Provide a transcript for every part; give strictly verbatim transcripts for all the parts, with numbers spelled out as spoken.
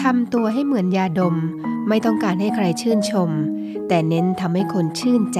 ทำตัวให้เหมือนยาดมไม่ต้องการให้ใครชื่นชมแต่เน้นทำให้คนชื่นใจ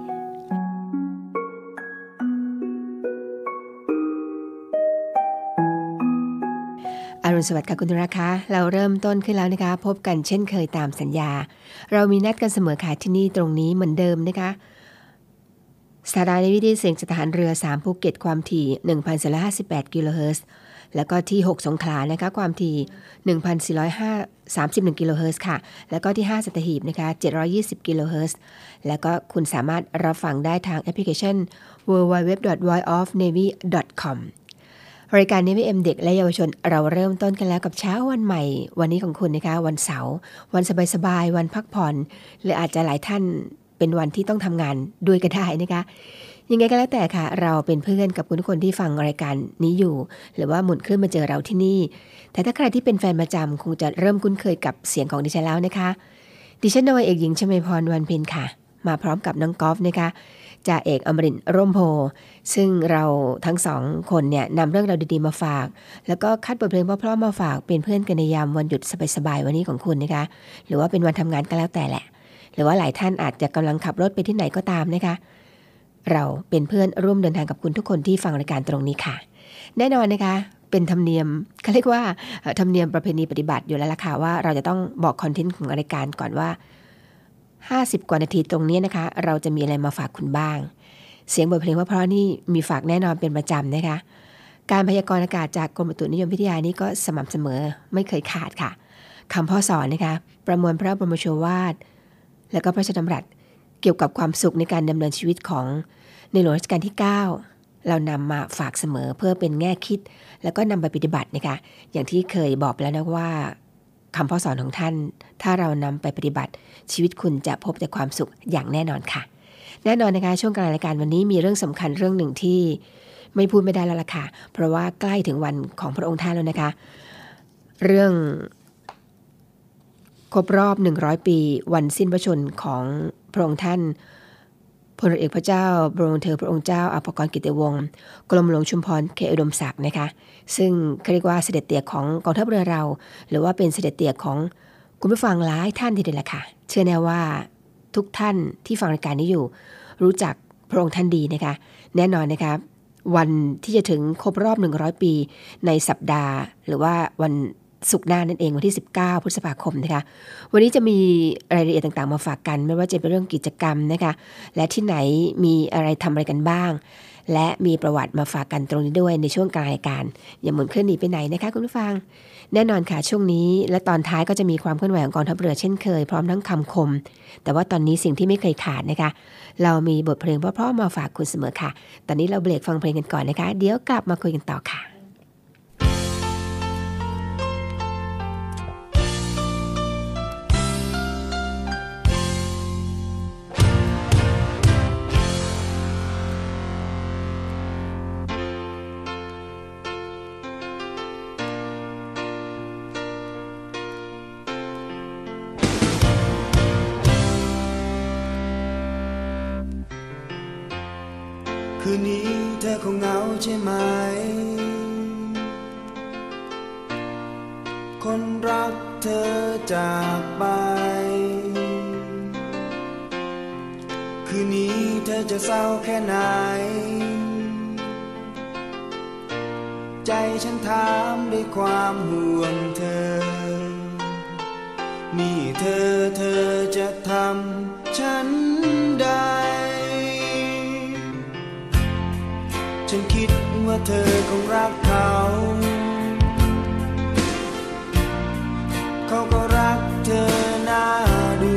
อรุณสวัสดิ์ค่ะคุณธุระคะเราเริ่มต้นขึ้นแล้วนะคะพบกันเช่นเคยตามสัญญาเรามีนัดกันเสมอค่ะที่นี่ตรงนี้เหมือนเดิมนะคะสถานีวิทยุเสียงจากทหารเรือสามภูเก็ตความถี่ หนึ่งพันสี่ร้อยห้าสิบแปด กิโลเฮิรตซ์แล้วก็ที่หกสงขลานะคะความถี่ หนึ่งพันสี่ร้อยสามสิบเอ็ด กิโลเฮิรตซ์ค่ะแล้วก็ที่ห้าสัตหีบนะคะเจ็ดร้อยยี่สิบ กิโลเฮิรตซ์แล้วก็คุณสามารถรับฟังได้ทางแอปพลิเคชัน ดับเบิลยู ดับเบิลยู ดับเบิลยู ดอท voice of navy ดอท คอม รายการ Navy เอ็ม เด็กและเยาวชนเราเริ่มต้นกันแล้วกับเช้าวันใหม่วันนี้ของคุณนะคะวันเสาร์วันสบายๆวันพักผ่อนหรืออาจจะหลายท่านเป็นวันที่ต้องทำงานด้วยก็ได้นะคะยังไงก็แล้วแต่ค่ะเราเป็นเพื่อนกับคุณทุกคนที่ฟังรายการนี้อยู่หรือว่าหมุนคลื่นมาเจอเราที่นี่แต่ถ้าใครที่เป็นแฟนประจำคงจะเริ่มคุ้นเคยกับเสียงของดิฉันแล้วนะคะดิฉันนวเอกหญิงชมาพรวันเพ็ญค่ะมาพร้อมกับน้องกอล์ฟนะคะจ่าเอกอมรินทร์ร่มโพซึ่งเราทั้งสองคนเนี่ยนำเรื่องราวดีๆมาฝากแล้วก็คัดบทเพลงเพราะๆมาฝากเป็นเพื่อนกันในยามวันหยุดสบายๆวันนี้ของคุณนะคะหรือว่าเป็นวันทำงานก็แล้วแต่แหละหรือว่าหลายท่านอาจจะกำลังขับรถไปที่ไหนก็ตามนะคะเราเป็นเพื่อนร่วมเดินทางกับคุณทุกคนที่ฟังรายการตรงนี้ค่ะแน่นอนนะคะเป็นธรรมเนียมเขาเรียกว่าธรรมเนียมประเพณีปฏิบัติอยู่แล้วล่ะค่ะว่าเราจะต้องบอกคอนเทนต์ของรายการก่อนว่าห้าสิบกว่านาทีตรงนี้นะคะเราจะมีอะไรมาฝากคุณบ้างเสียงบทเพลงเพราะๆนี่มีฝากแน่นอนเป็นประจำนะคะการพยากรณ์อากาศจากกรมอุตุนิยมวิทยานี่ก็สม่ำเสมอไม่เคยขาดค่ะคำพ่อสอนนะคะประมวลพระบรมโชวาทแล้วก็พระราชดำรัสเกี่ยวกับความสุขในการดำเนินชีวิตของในหลวงรัชกาลที่เก้าเรานำมาฝากเสมอเพื่อเป็นแง่คิดแล้วก็นำไปปฏิบัตินะคะอย่างที่เคยบอกไปแล้วนะว่าคำพ่อสอนของท่านถ้าเรานำไปปฏิบัติชีวิตคุณจะพบแต่ความสุขอย่างแน่นอนค่ะแน่นอนนะคะช่วงกลางรายการวันนี้มีเรื่องสำคัญเรื่องหนึ่งที่ไม่พูดไม่ได้แล้วล่ะค่ะเพราะว่าใกล้ถึงวันของพระองค์ท่านแล้วนะคะเรื่องครบรอบหนึ่งร้อยปีวันสิ้นพระชนม์ของพระองค์ท่านพลเอกพระเจ้าบรมเธอพระองค์เจ้าอภากรกิติวงศ์กรมหลวงชุมพรเขตอุดมศักดิ์นะคะซึ่งเรียกว่าเสด็จเตี่ยของกองทัพเรือเราหรือว่าเป็นเสด็จเตี่ยของคุณผู้ฟังหลายท่านทีเดียวแหละค่ะเชื่อแน่ว่าทุกท่านที่ฟังรายการนี้อยู่รู้จักพระองค์ท่านดีนะคะแน่นอนนะคะวันที่จะถึงครบรอบหนึ่งร้อยปีในสัปดาห์หรือว่าวันศุกร์หน้านั่นเองวันที่สิบเก้าพฤษภาคมนะคะวันนี้จะมีรายละเอียดต่างๆมาฝากกันไม่ว่าจะเป็นเรื่องกิจกรรมนะคะและที่ไหนมีอะไรทำอะไรกันบ้างและมีประวัติมาฝากกันตรงนี้ด้วยในช่วงกลางรายการอย่าหมุนเคลื่อนหนีไปไหนนะคะคุณผู้ฟังแน่นอนค่ะช่วงนี้และตอนท้ายก็จะมีความเคลื่อนไหวของกองทัพเรือเช่นเคยพร้อมทั้งคำคมแต่ว่าตอนนี้สิ่งที่ไม่เคยขาดนะคะเรามีบทเพลงเพราะๆมาฝากคุณเสมอค่ะตอนนี้เราเบรกฟังเพลงกันก่อนนะคะเดี๋ยวกลับมาคุยกันต่อค่ะคืนนี้เธอคงเหงาใช่ไหมคนรักเธอจากไปคืนนี้เธอจะเศร้าแค่ไหนใจฉันถามด้วยความห่วงเธอนี่เธอเธอจะทำฉันได้ฉันคิดว่าเธอคงรักเขาเขาก็รักเธอน่าดู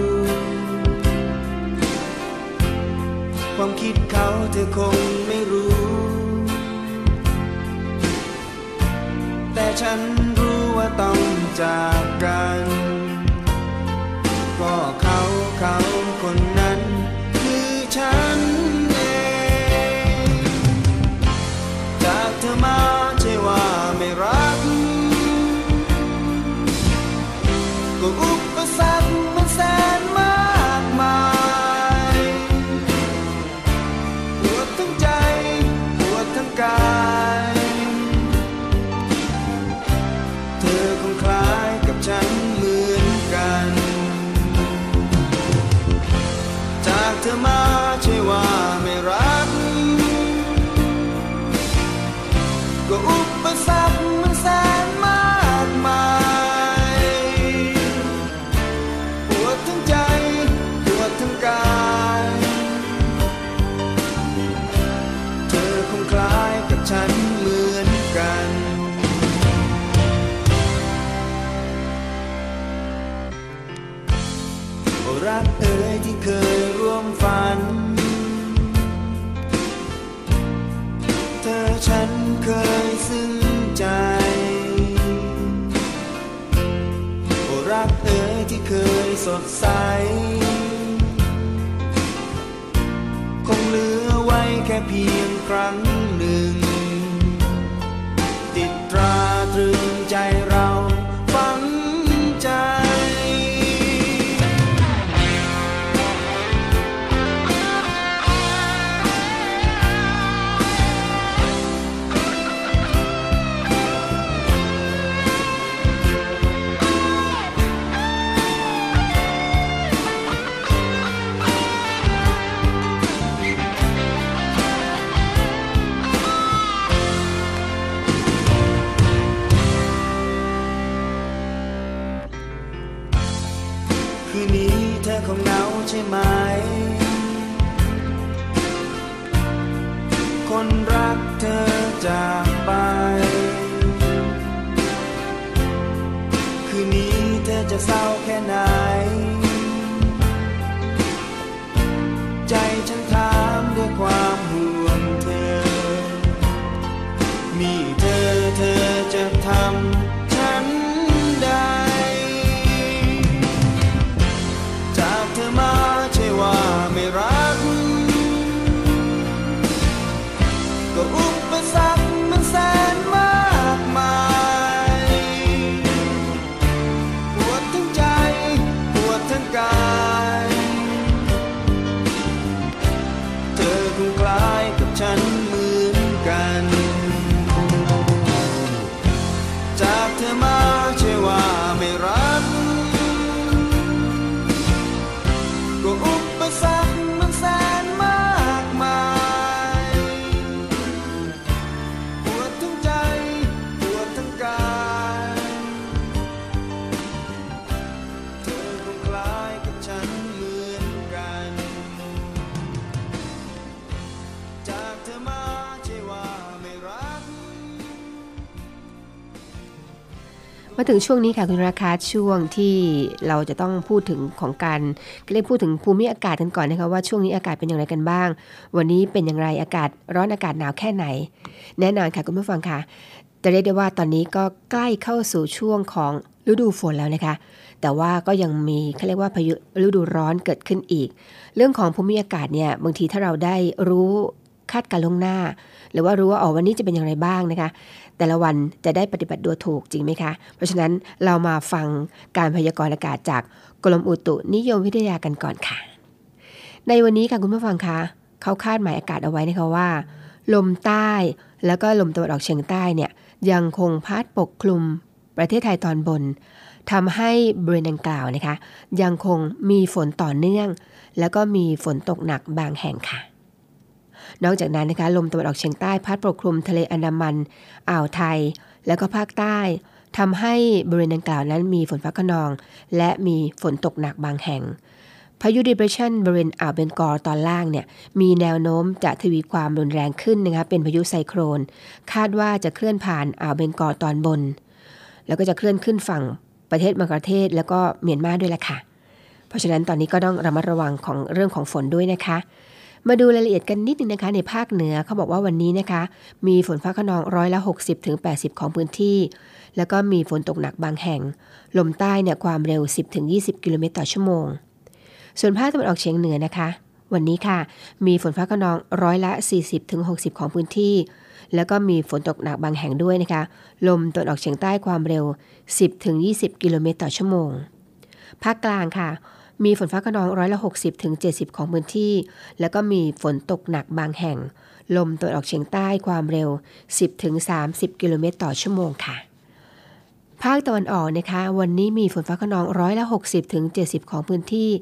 ความคิดเขาเธอคงไม่รู้แต่ฉันรู้ว่าต้องจากกันก็เขาเขาคนนั้นคือฉันเธอมาใช่ว่าไม่รักก็อุปสรรคมันแสนมากมายปวดทั้งใจปวดทั้งกายเธอคงคล้ายกับฉันเหมืธอมาใช่ว่าไม่รักก็อุปสรรคมันแสนมากมายปวดทั้งใจปวดทั้งกายเธอคงคล้ายกับฉันเหมือนกันโอ้รักเอ๋ยที่เคยร่วมฝันเธอฉันเคยซึ้งใจโอ้รักเอ๋ยที่เคยสดใสคงเหลือไว้แค่เพียงครั้งหนึ่งติดตราตรึงใจเราฝังใจคืนนี้เธอคงเหงาใช่ไหมคนรักเธอจากไปคืนนี้เธอจะเศร้าแค่ไหนใจฉันถามด้วยความห่วงเธอมีเธอเธอจะทำฉันได้จากเธอมาใช่ว่าไม่รักก็อุปสรรคมันแสนมากมายปวดทั้งใจปวดทั้งกายเธอคงคล้ายกับฉันเหมือนกันจากเธอมาใช่ว่าไม่รักก็อุปสรรคมันแสนมากมายปวดทั้งใจปวดทั้งกายเธอคงคล้ายกับฉันเหมือนกันจากเธอมาใช่ว่าไม่รักมาถึงช่วงนี้ค่ะคุณราคาช่วงที่เราจะต้องพูดถึงของการเรียกพูดถึงภูมิอากาศกันก่อนนะคะว่าช่วงนี้อากาศเป็นอย่างไรกันบ้างวันนี้เป็นอย่างไรอากาศร้อนอากาศหนาวแค่ไหนแน่นอนค่ะคุณผู้ฟังค่ะจะเรียกได้ว่าตอนนี้ก็ใกล้เข้าสู่ช่วงของฤดูฝนแล้วนะคะแต่ว่าก็ยังมีเขาเรียกว่าพายุฤดูร้อนเกิดขึ้นอีกเรื่องของภูมิอากาศเนี่ยบางทีถ้าเราได้รู้คาดการณ์ล่วงหน้าหรือว่ารู้ว่าอ๋อวันนี้จะเป็นอย่างไรบ้างนะคะแต่ละวันจะได้ปฏิบัติตัวถูกจริงไหมคะเพราะฉะนั้นเรามาฟังการพยากรณ์อากาศจากกรมอุตุนิยมวิทยากันก่อนค่ะในวันนี้ค่ะคุณผู้ฟังคะเขาคาดหมายอากาศเอาไว้นะคะว่าลมใต้แล้วก็ลมตะวันออกเฉียงใต้เนี่ยยังคงพัดปกคลุมประเทศไทยตอนบนทำให้บริเวณดังกล่าวนะคะยังคงมีฝนต่อเนื่องแล้วก็มีฝนตกหนักบางแห่งค่ะนอกจากนั้นนะคะลมตะวันออกเฉียงใต้พัดปกคลุมทะเลอันดามันอ่าวไทยแล้วก็ภาคใต้ทำให้บริเวณดังกล่าวนั้นมีฝนฟ้าคะนองและมีฝนตกหนักบางแห่งพายุ depression บริเวณอ่าวเบงกอลตอนล่างเนี่ยมีแนวโน้มจะทวีความรุนแรงขึ้นนะคะเป็นพายุไซโครนคาดว่าจะเคลื่อนผ่านอ่าวเบงกอลตอนบนแล้วก็จะเคลื่อนขึ้นฝั่งประเทศบังกลาเทศแล้วก็เมียนมาด้วยละค่ะเพราะฉะนั้นตอนนี้ก็ต้องระมัดระวังของเรื่องของฝนด้วยนะคะมาดูรายละเอียดกันนิดนึงนะคะในภาคเหนือเขาบอกว่าวันนี้นะคะมีฝนฟ้าคะนองร้อยละหกสิบถึงแปดสิบของพื้นที่แล้วก็มีฝนตกหนักบางแห่งลมใต้เนี่ยความเร็ว สิบถึงยี่สิบ กิโลเมตรต่อชั่วโมงส่วนภาคตะวันออกเฉียงเหนือนะคะวันนี้ค่ะมีฝนฟ้าคะนองร้อยละ สี่สิบถึงหกสิบ ของพื้นที่แล้วก็มีฝนตกหนักบางแห่งด้วยนะคะลมตะวันออกเฉียงใต้ความเร็ว สิบถึงยี่สิบ กิโลเมตรต่อชั่วโมงภาคกลางค่ะมีฝนฟ้าคะนองร้อยละ หกสิบถึงเจ็ดสิบ ของพื้นที่แล้วก็มีฝนตกหนักบางแห่งลมตะวันออกเฉียงใต้ความเร็ว สิบถึงสามสิบ กิโลเมตรต่อชั่วโมงค่ะภาคตะวันออกนะคะวันนี้มีฝนฟ้าคะนองร้อยละ หกสิบถึงเจ็ดสิบ ของพื้นที่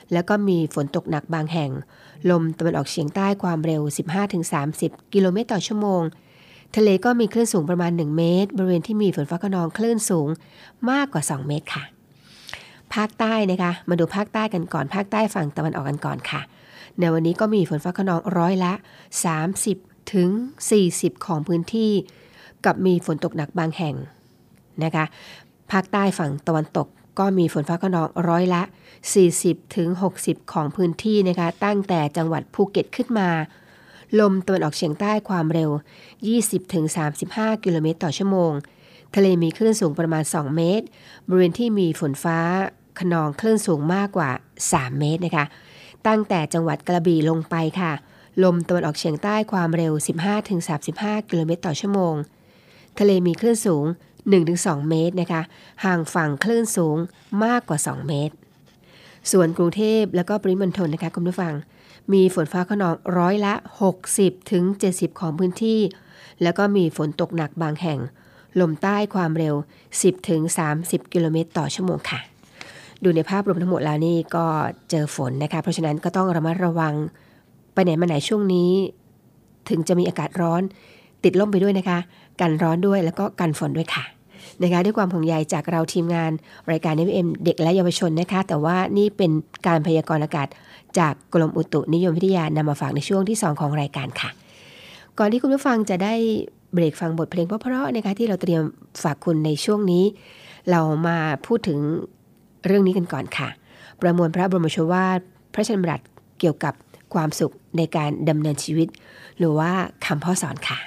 แล้วก็มีฝนตกหนักบางแห่งลมตะวันออกเฉียงใต้ความเร็ว สิบห้าถึงสามสิบ กิโลเมตรต่อชั่วโมงทะเลก็มีคลื่นสูงประมาณหนึ่งเมตรบริเวณที่มีฝนฟ้าคะนองคลื่นสูงมากกว่าสองเมตรค่ะภาคใต้นะคะมาดูภาคใต้กันก่อนภาคใต้ฝั่งตะวันออกกันก่อนค่ะในวันนี้ก็มีฝนฟ้าคะนองร้อยละสามสิบถึงสี่สิบของพื้นที่กับมีฝนตกหนักบางแห่งนะคะภาคใต้ฝั่งตะวันตกก็มีฝนฟ้าคะนองร้อยละสี่สิบถึงหกสิบของพื้นที่นะคะตั้งแต่จังหวัดภูเก็ตขึ้นมาลมตะวันออกเฉียงใต้ความเร็ว ยี่สิบถึงสามสิบห้า กิโลเมตรต่อชั่วโมงทะเลมีคลื่นสูงประมาณสองเมตรบริเวณที่มีฝนฟ้าคะนองคลื่นสูงมากกว่าสามเมตรนะคะตั้งแต่จังหวัดกระบี่ลงไปค่ะลมตะวันออกเฉียงใต้ความเร็ว สิบห้าถึงสามสิบห้า กิโลเมตรต่อชั่วโมงทะเลมีคลื่นสูง หนึ่งถึงสอง เมตรนะคะห่างฝั่งคลื่นสูงมากกว่าสองเมตรส่วนกรุงเทพแล้วก็ปริมณฑลนะคะคุณผู้ฟังมีฝนฟ้าคะนองร้อยละหกสิบถึงเจ็ดสิบของพื้นที่แล้วก็มีฝนตกหนักบางแห่งลมใต้ความเร็ว สิบถึงสามสิบ กิโลเมตรต่อชั่วโมงค่ะดูในภาพรวมทั้งหมดแล้วนี่ก็เจอฝนนะคะเพราะฉะนั้นก็ต้องระมัดระวังไปไหนมาไหนช่วงนี้ถึงจะมีอากาศร้อนติดร่มไปด้วยนะคะกันร้อนด้วยแล้วก็กันฝนด้วยค่ะนะคะด้วยความห่วงใยจากเราทีมงานรายการ เอฟ เอ็ม เด็กและเยาวชนนะคะแต่ว่านี่เป็นการพยากรณ์อากาศจากกรมอุตุนิยมวิทยานำมาฝากในช่วงที่สองของรายการค่ะก่อนที่คุณผู้ฟังจะได้เบรกฟังบทเพลงเพราะๆนะคะที่เราเตรียมฝากคุณในช่วงนี้เรามาพูดถึงเรื่องนี้กันก่อนค่ะประมวลพระบรมโชวาทพระราชดำรัสเกี่ยวกับความสุขในการดำเนินชีวิตหรือว่าคำพ่อสอนค่ะ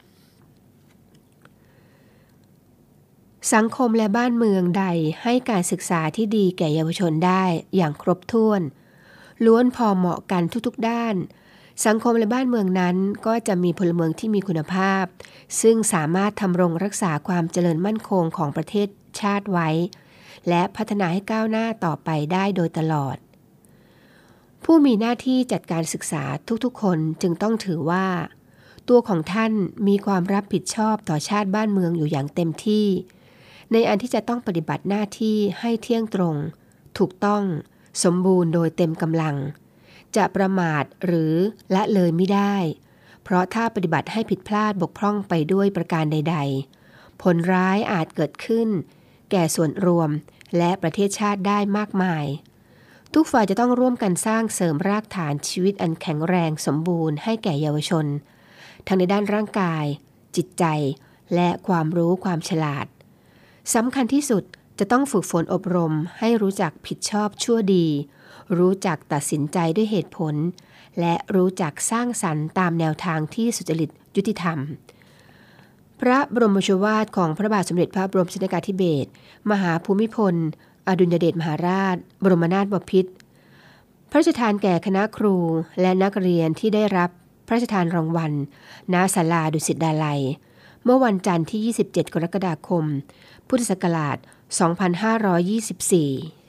สังคมและบ้านเมืองใดให้การศึกษาที่ดีแก่เยาวชนได้อย่างครบถ้วนล้วนพอเหมาะกันทุกๆด้านสังคมและบ้านเมืองนั้นก็จะมีพลเมืองที่มีคุณภาพซึ่งสามารถทำรงรักษาความเจริญมั่นคงของประเทศชาติไว้และพัฒนาให้ก้าวหน้าต่อไปได้โดยตลอดผู้มีหน้าที่จัดการศึกษาทุกๆคนจึงต้องถือว่าตัวของท่านมีความรับผิดชอบต่อชาติบ้านเมืองอยู่อย่างเต็มที่ในอันที่จะต้องปฏิบัติหน้าที่ให้เที่ยงตรงถูกต้องสมบูรณ์โดยเต็มกำลังจะประมาทหรือละเลยไม่ได้เพราะถ้าปฏิบัติให้ผิดพลาดบกพร่องไปด้วยประการใดๆผลร้ายอาจเกิดขึ้นแก่ส่วนรวมและประเทศชาติได้มากมายทุกฝ่ายจะต้องร่วมกันสร้างเสริมรากฐานชีวิตอันแข็งแรงสมบูรณ์ให้แก่เยาวชนทั้งในด้านร่างกายจิตใจและความรู้ความฉลาดสำคัญที่สุดจะต้องฝึกฝนอบรมให้รู้จักผิดชอบชั่วดีรู้จักตัดสินใจด้วยเหตุผลและรู้จักสร้างสรรค์ตามแนวทางที่สุจริตยุติธรรมพระบรมโชวาทของพระบาทสมเด็จพระบรมชนกาธิเบศรมหาภูมิพลอดุลยเดชมหาราชบรมนาถบพิตรพระราชทานแก่คณะครูและนักเรียนที่ได้รับพระราชทานรางวัลณศาลาดุสิตดาลัยเมื่อวันจันทร์ที่ยี่สิบเจ็ดกรกฎาคมพุทธศักราชสองพันห้าร้อยยี่สิบสี่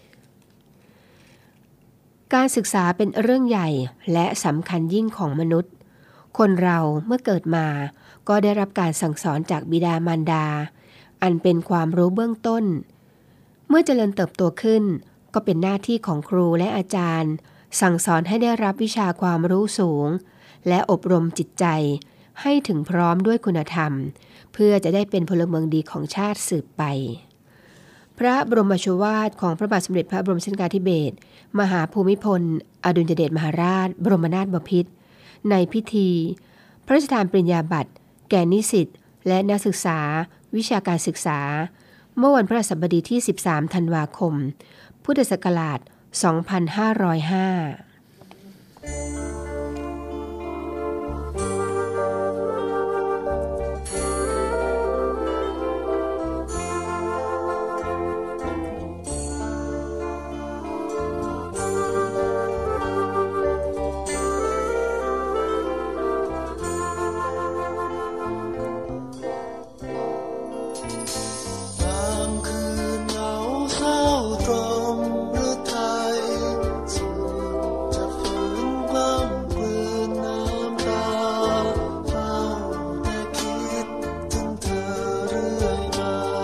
การศึกษาเป็นเรื่องใหญ่และสำคัญยิ่งของมนุษย์คนเราเมื่อเกิดมาก็ได้รับการสั่งสอนจากบิดามารดาอันเป็นความรู้เบื้องต้นเมื่อเจริญเติบโตขึ้นก็เป็นหน้าที่ของครูและอาจารย์สั่งสอนให้ได้รับวิชาความรู้สูงและอบรมจิตใจให้ถึงพร้อมด้วยคุณธรรมเพื่อจะได้เป็นพลเมืองดีของชาติสืบไปพระบรมโชวาทของพระบาทสมเด็จพระบรมชนกาธิเบศรมหาภูมิพลอดุลยเดชมหาราชบรมนาถบพิตรในพิธีพระราชทานปริญญาบัตรแก่นิสิตและนักศึกษาวิชาการศึกษาเมื่อวันพฤหัสบดีที่สิบสามธันวาคมพุทธศักราชสองพันห้าร้อยห้า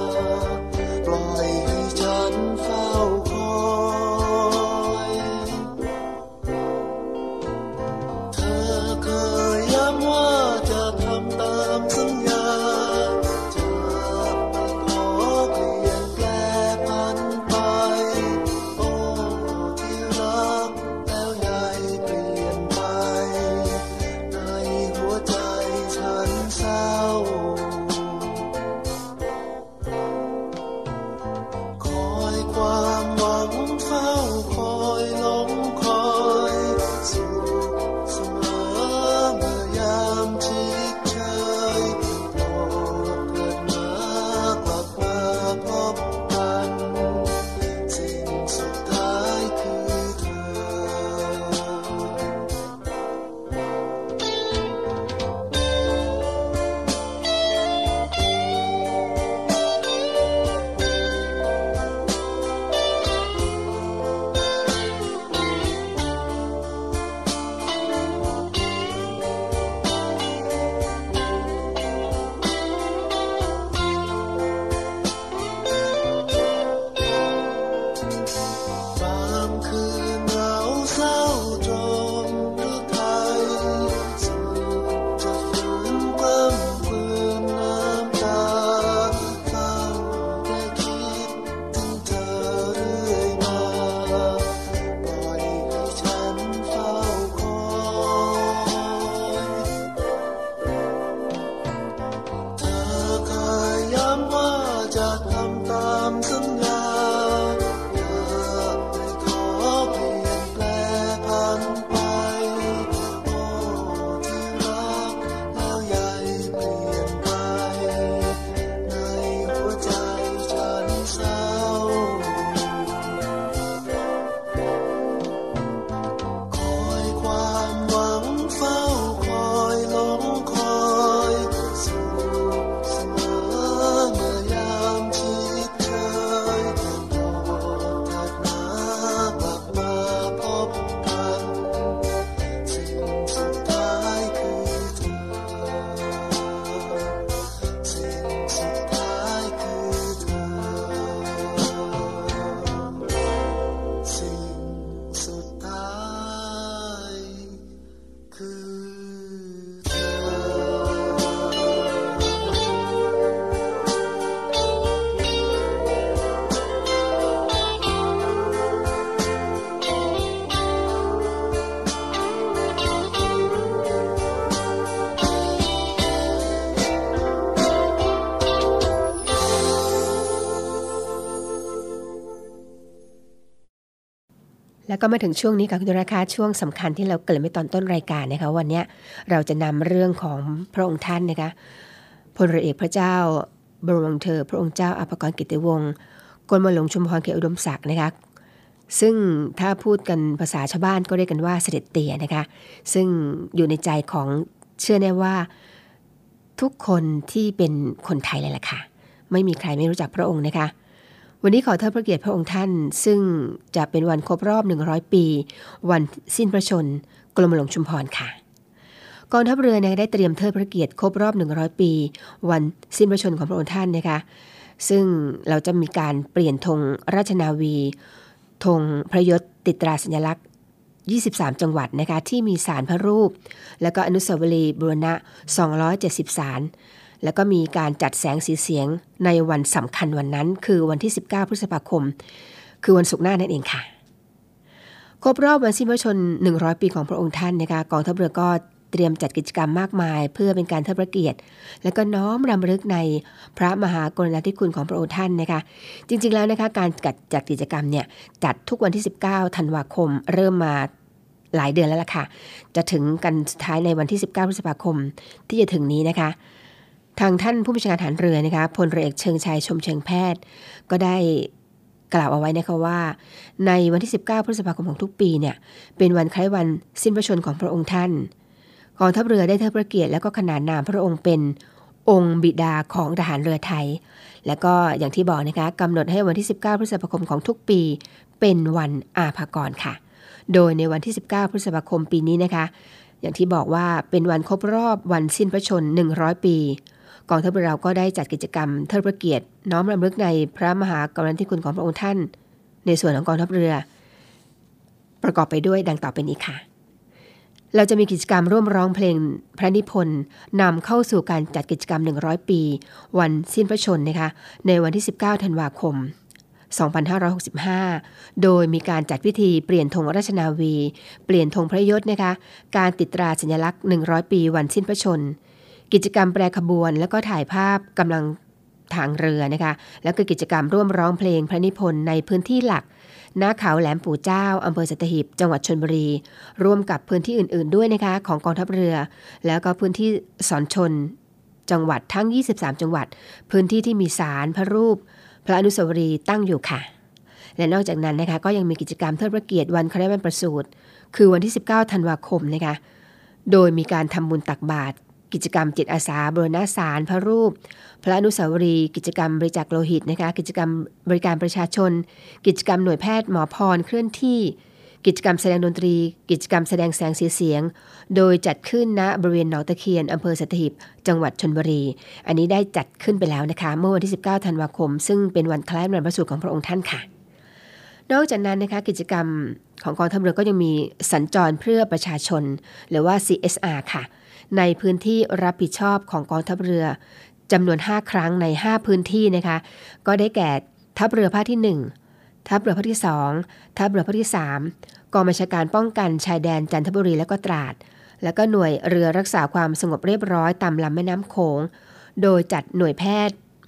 เจะทำตามสัญญาอย่าได้ขอเปลี่ยนแปลงพันไปโอ้ที่รักแล้วใหญ่เปลี่ยนไปในหัวใจฉันเศร้าคอยความหวังเฝ้าคอยหลงคอยสู่เสมอเมื่อยามชีวิตเชยโปรดเถิดนะกลับมาพบกันสิ่งสุดท้ายคือเธอสิ่งสุดท้ายคือเธอสิ่งสุดท้ายคือเธอแล้วก็มาถึงช่วงนี้ค่ะคุณราคาช่วงสำคัญที่เราเกริ่นไปตอนต้นรายการนะคะวันนี้เราจะนำเรื่องของพระองค์ท่านนะคะพลเรือเอกพระเจ้าบรมวงศ์เธอพระองค์เจ้าอภกรกิติวงศ์กรมหลวงชุมพรเขตอุดมศักดิ์นะคะซึ่งถ้าพูดกันภาษาชาวบ้านก็เรียกกันว่าเสด็จเตี่ยนะคะซึ่งอยู่ในใจของเชื่อแน่ว่าทุกคนที่เป็นคนไทยเลยล่ะค่ะไม่มีใครไม่รู้จักพระองค์นะคะวันนี้ขอเทิดพระเกียรติพระองค์ท่านซึ่งจะเป็นวันครบรอบหนึ่งร้อยปีวันสิ้นพระชนม์กรมหลวงชุมพรค่ะกองทัพเรือเนี่ยได้เตรียมเทิดพระเกียรติครบรอบหนึ่งร้อยปีวันสิ้นพระชนม์ของพระองค์ท่านนะคะซึ่งเราจะมีการเปลี่ยนธงราชนาวีธงพระยศติดตราสัญลักษณ์ยี่สิบสามจังหวัดนะคะที่มีศาลพระรูปแล้วก็อนุสาวรีย์บูรณะสองร้อยเจ็ดสิบศาลแล้วก็มีการจัดแสงสีเสียงในวันสำคัญวันนั้นคือวันที่สิบเก้าพฤษภาคมคือวันศุกร์หน้านั่นเองค่ะครบรอบวันสิ้นพระชนม์หนึ่งร้อยปีของพระองค์ท่านนะคะกองทัพเรือก็เตรียมจัดกิจกรรมมากมายเพื่อเป็นการเทิดพระเกียรติและก็น้อมรำลึกในพระมหากรุณาธิคุณของพระองค์ท่านนะคะจริงๆแล้วนะคะการจัดจัดกิจกรรมเนี่ยจัดทุกวันที่สิบเก้าธันวาคมเริ่มมาหลายเดือนแล้วล่ะค่ะจะถึงกันสุดท้ายในวันที่สิบเก้าพฤษภาคมที่จะถึงนี้นะคะทางท่านผู้บัญชาการทหารเรือนะคะพลเรือเอกเชิงชัยชมเชิงแพทย์ก็ได้กล่าวเอาไว้นะคะว่าในวันที่สิบเก้าพฤษภาคมของทุกปีเนี่ยเป็นวันคล้ายวันสิ้นพระชนม์ของพระองค์ท่านกองทัพเรือได้เทิดพระเกียรติและก็ขนานนามพระองค์เป็นองค์บิดาของทหารเรือไทยและก็อย่างที่บอกนะคะกำหนดให้วันที่สิบเก้าพฤษภาคมของทุกปีเป็นวันอาภากรค่ะโดยในวันที่สิบเก้าพฤษภาคมปีนี้นะคะอย่างที่บอกว่าเป็นวันครบรอบวันสิ้นพระชนม์หนึ่งร้อยปีกองทัพเรือเราก็ได้จัดกิจกรรมเทิดพระเกียรติน้อมรำลึกในพระมหากรุณาธิคุณของพระองค์ท่านในส่วนของกองทัพเรือประกอบไปด้วยดังต่อไปนี้ค่ะเราจะมีกิจกรรมร่วมร้องเพลงพระนิพนธ์นำเข้าสู่การจัดกิจกรรมหนึ่งร้อยปีวันสิ้นพระชนม์นะคะในวันที่สิบเก้าธันวาคมสองพันห้าร้อยหกสิบห้าโดยมีการจัดพิธีเปลี่ยนธงราชนาวีเปลี่ยนธงพระยศนะคะการติดตราสัญลักษณ์หนึ่งร้อยปีวันสิ้นพระชนม์กิจกรรมแปรขบวนแล้วก็ถ่ายภาพกำลังทางเรือนะคะแล้วก็กิจกรรมร่วมร้องเพลงพระนิพนธ์ในพื้นที่หลักหน้าเขาแหลมปู่เจ้าอำเภอสัตหีบจังหวัดชลบุรีร่วมกับพื้นที่อื่นๆด้วยนะคะของกองทัพเรือแล้วก็พื้นที่สอนชนจังหวัดทั้งยี่สิบสามจังหวัดพื้นที่ที่มีศาลพระรูปพระอนุสาวรีย์ตั้งอยู่ค่ะและนอกจากนั้นนะคะก็ยังมีกิจกรรมเทิดพระเกียรติวันคล้ายวันประสูติคือวันที่สิบเก้าธันวาคมนะคะโดยมีการทำบุญตักบาตรกิจกรรมจิตอาสาบูรณะศาลพระรูปพระอนุสาวรีย์กิจกรรมบริจาคโลหิตนะคะกิจกรรมบริการประชาชนกิจกรรมหน่วยแพทย์หมอพรเคลื่อนที่กิจกรรมแสดงดนตรีกิจกรรมแสดงแสงสีเสียงโดยจัดขึ้นณบริเวณหนองตะเคียนอำเภอสัตหีบจังหวัดชลบุรีอันนี้ได้จัดขึ้นไปแล้วนะคะเมื่อวันที่สิบเก้าธันวาคมซึ่งเป็นวันคล้ายวันประสูติของพระองค์ท่านค่ะนอกจากนั้นนะคะกิจกรรมของกองทัพเรือก็ยังมีสัญจรเพื่อประชาชนหรือว่า ซี เอส อาร์ ค่ะในพื้นที่รับผิดชอบของกองทัพเรือจำนวนห้าครั้งในห้าพื้นที่นะคะก็ได้แก่ทัพเรือภาคที่หนึ่งทัพเรือภาคที่สองทัพเรือภาคที่สามกองบัญชาการป้องกันชายแดนจันทบุรีและก็ตราดแล้วก็หน่วยเรือรักษาความสงบเรียบร้อยตามลำแม่น้ำโขงโดยจัดหน่วยแพทย์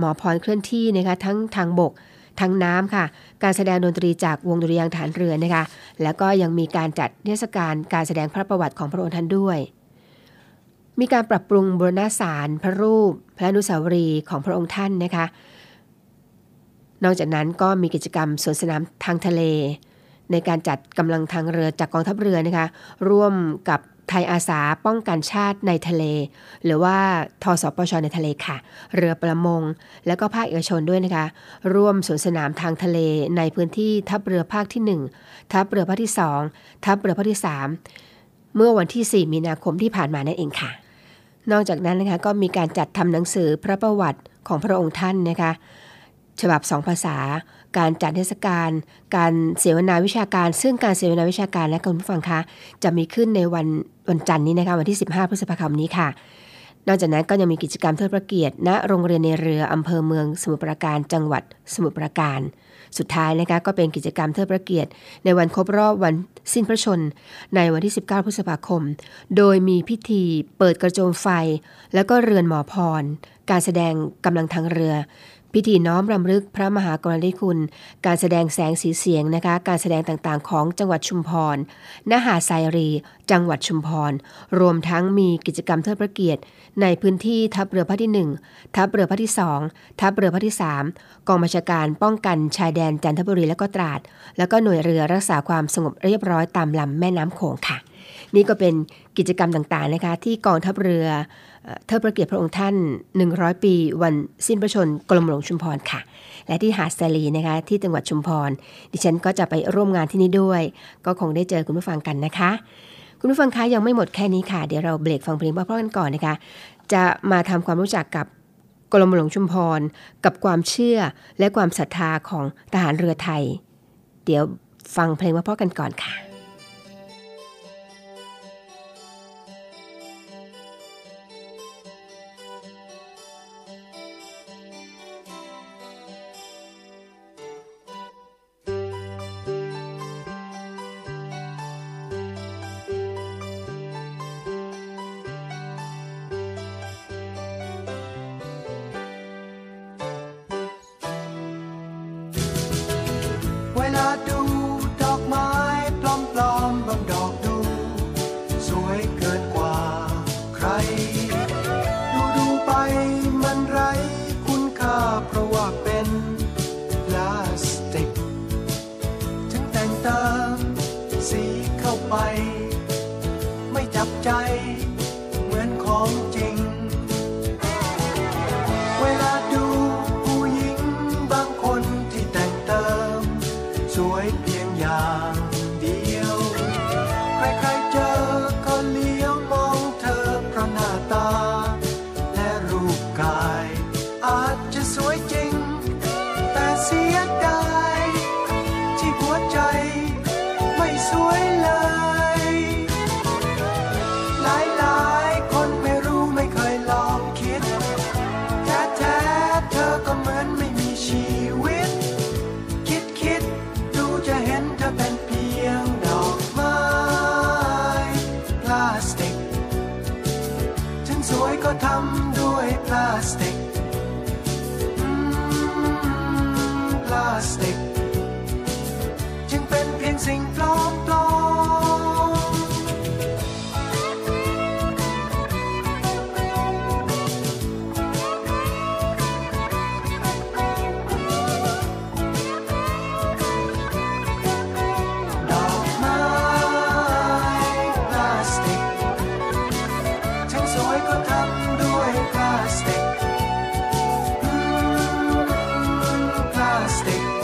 หมอพรเคลื่อนที่นะคะทั้งทางบกทางน้ำค่ะการแสดงดนตรีจากวงดุริยางค์ฐานเรือนะคะแล้วก็ยังมีการจัดเทศกาลการแสดงพระประวัติของพระองค์ท่านด้วยมีการปรับปรุงบูรณะศาลพระรูปพระอนุสาวรีย์ของพระองค์ท่านนะคะนอกจากนั้นก็มีกิจกรรมสวนสนามทางทะเลในการจัดกำลังทางเรือจากกองทัพเรือนะคะร่วมกับไทยอาสาป้องกันชาติในทะเลหรือว่าทสปช.ในทะเลค่ะเรือประมงและก็ภาคเอกชนด้วยนะคะร่วมสวนสนามทางทะเลในพื้นที่ทัพเรือภาคที่หนึ่งทัพเรือภาคที่สองทัพเรือภาคที่สามเมื่อวันที่สี่มีนาคมที่ผ่านมานั่นเองค่ะนอกจากนั้นนะคะก็มีการจัดทำหนังสือพระประวัติของพระองค์ท่านนะคะฉบับสองภาษาการจัดเทศกาลการเสวนาวิชาการซึ่งการเสวนาวิชาการและคุณผู้ฟังคะจะมีขึ้นในวันวันจันทร์นี้นะคะวันที่สิบห้าพฤษภาคมนี้ค่ะนอกจากนั้นก็ยังมีกิจกรรมเทิดพระเกียรติณโรงเรียนในเรืออำเภอเมืองสมุทรปราการจังหวัดสมุทรปราการสุดท้ายนะคะก็เป็นกิจกรรมเทิดพระเกียรติในวันครบรอบวันสิ้นพระชนม์ในวันที่สิบเก้าพฤษภาคมโดยมีพิธีเปิดกระโจมไฟแล้วก็เรือนหมอพรการแสดงกำลังทางเรือพิธีน้อมรำลึกพระมหากรุณาธิคุณการแสดงแสงสีเสียงนะคะการแสดงต่างๆของจังหวัดชุมพรณหาดทรายรีจังหวัดชุมพรรวมทั้งมีกิจกรรมเทิดพระเกียรติในพื้นที่ทัพเรือภาคที่หนึ่งทัพเรือภาคที่สองทัพเรือภาคที่สามกองบัญชาการป้องกันชายแดนจันทบุรีและก็ตราดแล้วก็หน่วยเรือรักษาความสงบเรียบร้อยตามลำแม่น้ำโขงค่ะนี่ก็เป็นกิจกรรมต่างๆนะคะที่กองทัพเรือเทิดพระเกียรติพระองค์ท่านหนึ่งร้อยปีวันสิ้นพระชนม์กรมหลวงชุมพรค่ะและที่หาดทรายรีนะคะที่จังหวัดชุมพรดิฉันก็จะไปร่วมงานที่นี่ด้วยก็คงได้เจอคุณผู้ฟังกันนะคะคุณผู้ฟังคะยังไม่หมดแค่นี้ค่ะเดี๋ยวเราเบรกฟังเพลงเพราะๆกันก่อนนะคะจะมาทำความรู้จักกับกรมหลวงชุมพรกับความเชื่อและความศรัทธาของทหารเรือไทยเดี๋ยวฟังเพลงเพราะๆกันก่อนค่ะไม่จับใจเหมือนของจริงเวลาดูผู้หญิงบางคนที่แต่งเติมสวยเพียงอย่างเดียวใครๆเจอก็เลี้ยวมองเธอเพราะหน้าตาและรูปกายอาจจะสวยจริงแต่เสียดายที่หัวใจไม่สวยเลยหลายๆคนไม่รู้ไม่เคยลองคิดแท้ๆเธอก็เหมือนไม่มีชีวิตคิดๆดูจะเห็นเธอเป็นเพียงดอกไม้พลาสติกถึงสวยก็ทำด้วยพลาสติกพลาสติกจึงเป็นเพียงสิ่งปลอมปลอมดอกไม้พลาสติกถึงสวยก็ทำด้วยพลาสติกพลาสติก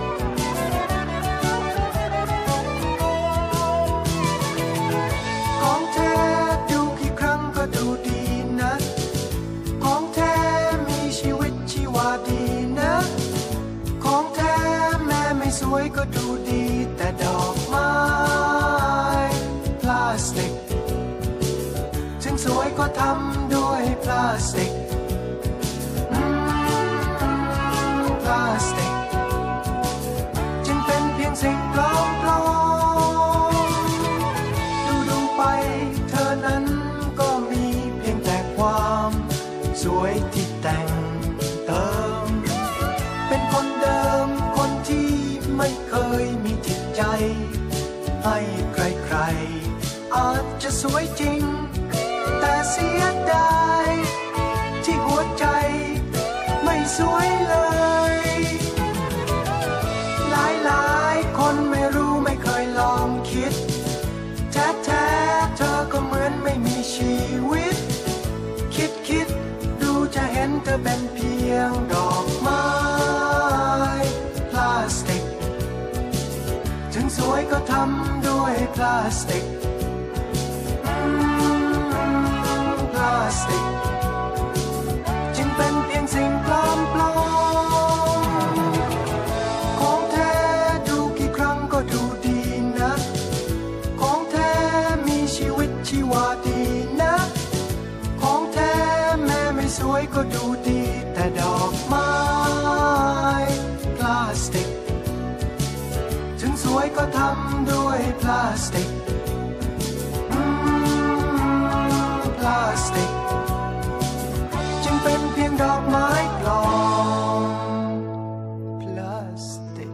ของแท้ดูกี่ครั้งก็ดูดีนะของแท้มีชีวิตชีวาดีนะของแท้แม้ไม่สวยก็ดูดีแต่ดอกไม้พลาสติกถึงสวยก็ทำด้วยพลาสติกพลาสติกจึงเป็นเพียงสิ่งปลอมปลอมดูดูไปเธอนั้นก็มีเพียงแต่ความสวยที่แต่งเติมวยจริงแต่เสียดายที่หัวใจไม่สวยเลยหลายๆคนไม่รู้ไม่เคยลองคิดแท้ๆเธอก็เหมือนไม่มีชีวิตคิดคิดดูจะเห็นเธอเป็นเพียงดอกไม้พลาสติกถึงสวยก็ทำด้วยพลาสติกพลาสติกจึงเป็นเพียงสิ่งปลอมปลอมของแท้ดูกี่ครั้งก็ดูดีนะของแท้มีชีวิตชีวาดีนะของแท้แม้ไม่สวยก็ดูดีแต่ดอกไม้พลาสติกถึงสวยก็ทำด้วยพลาสติกพลาสติกจึงเป็นเพียงดอกไม้ปลอมพลาสติก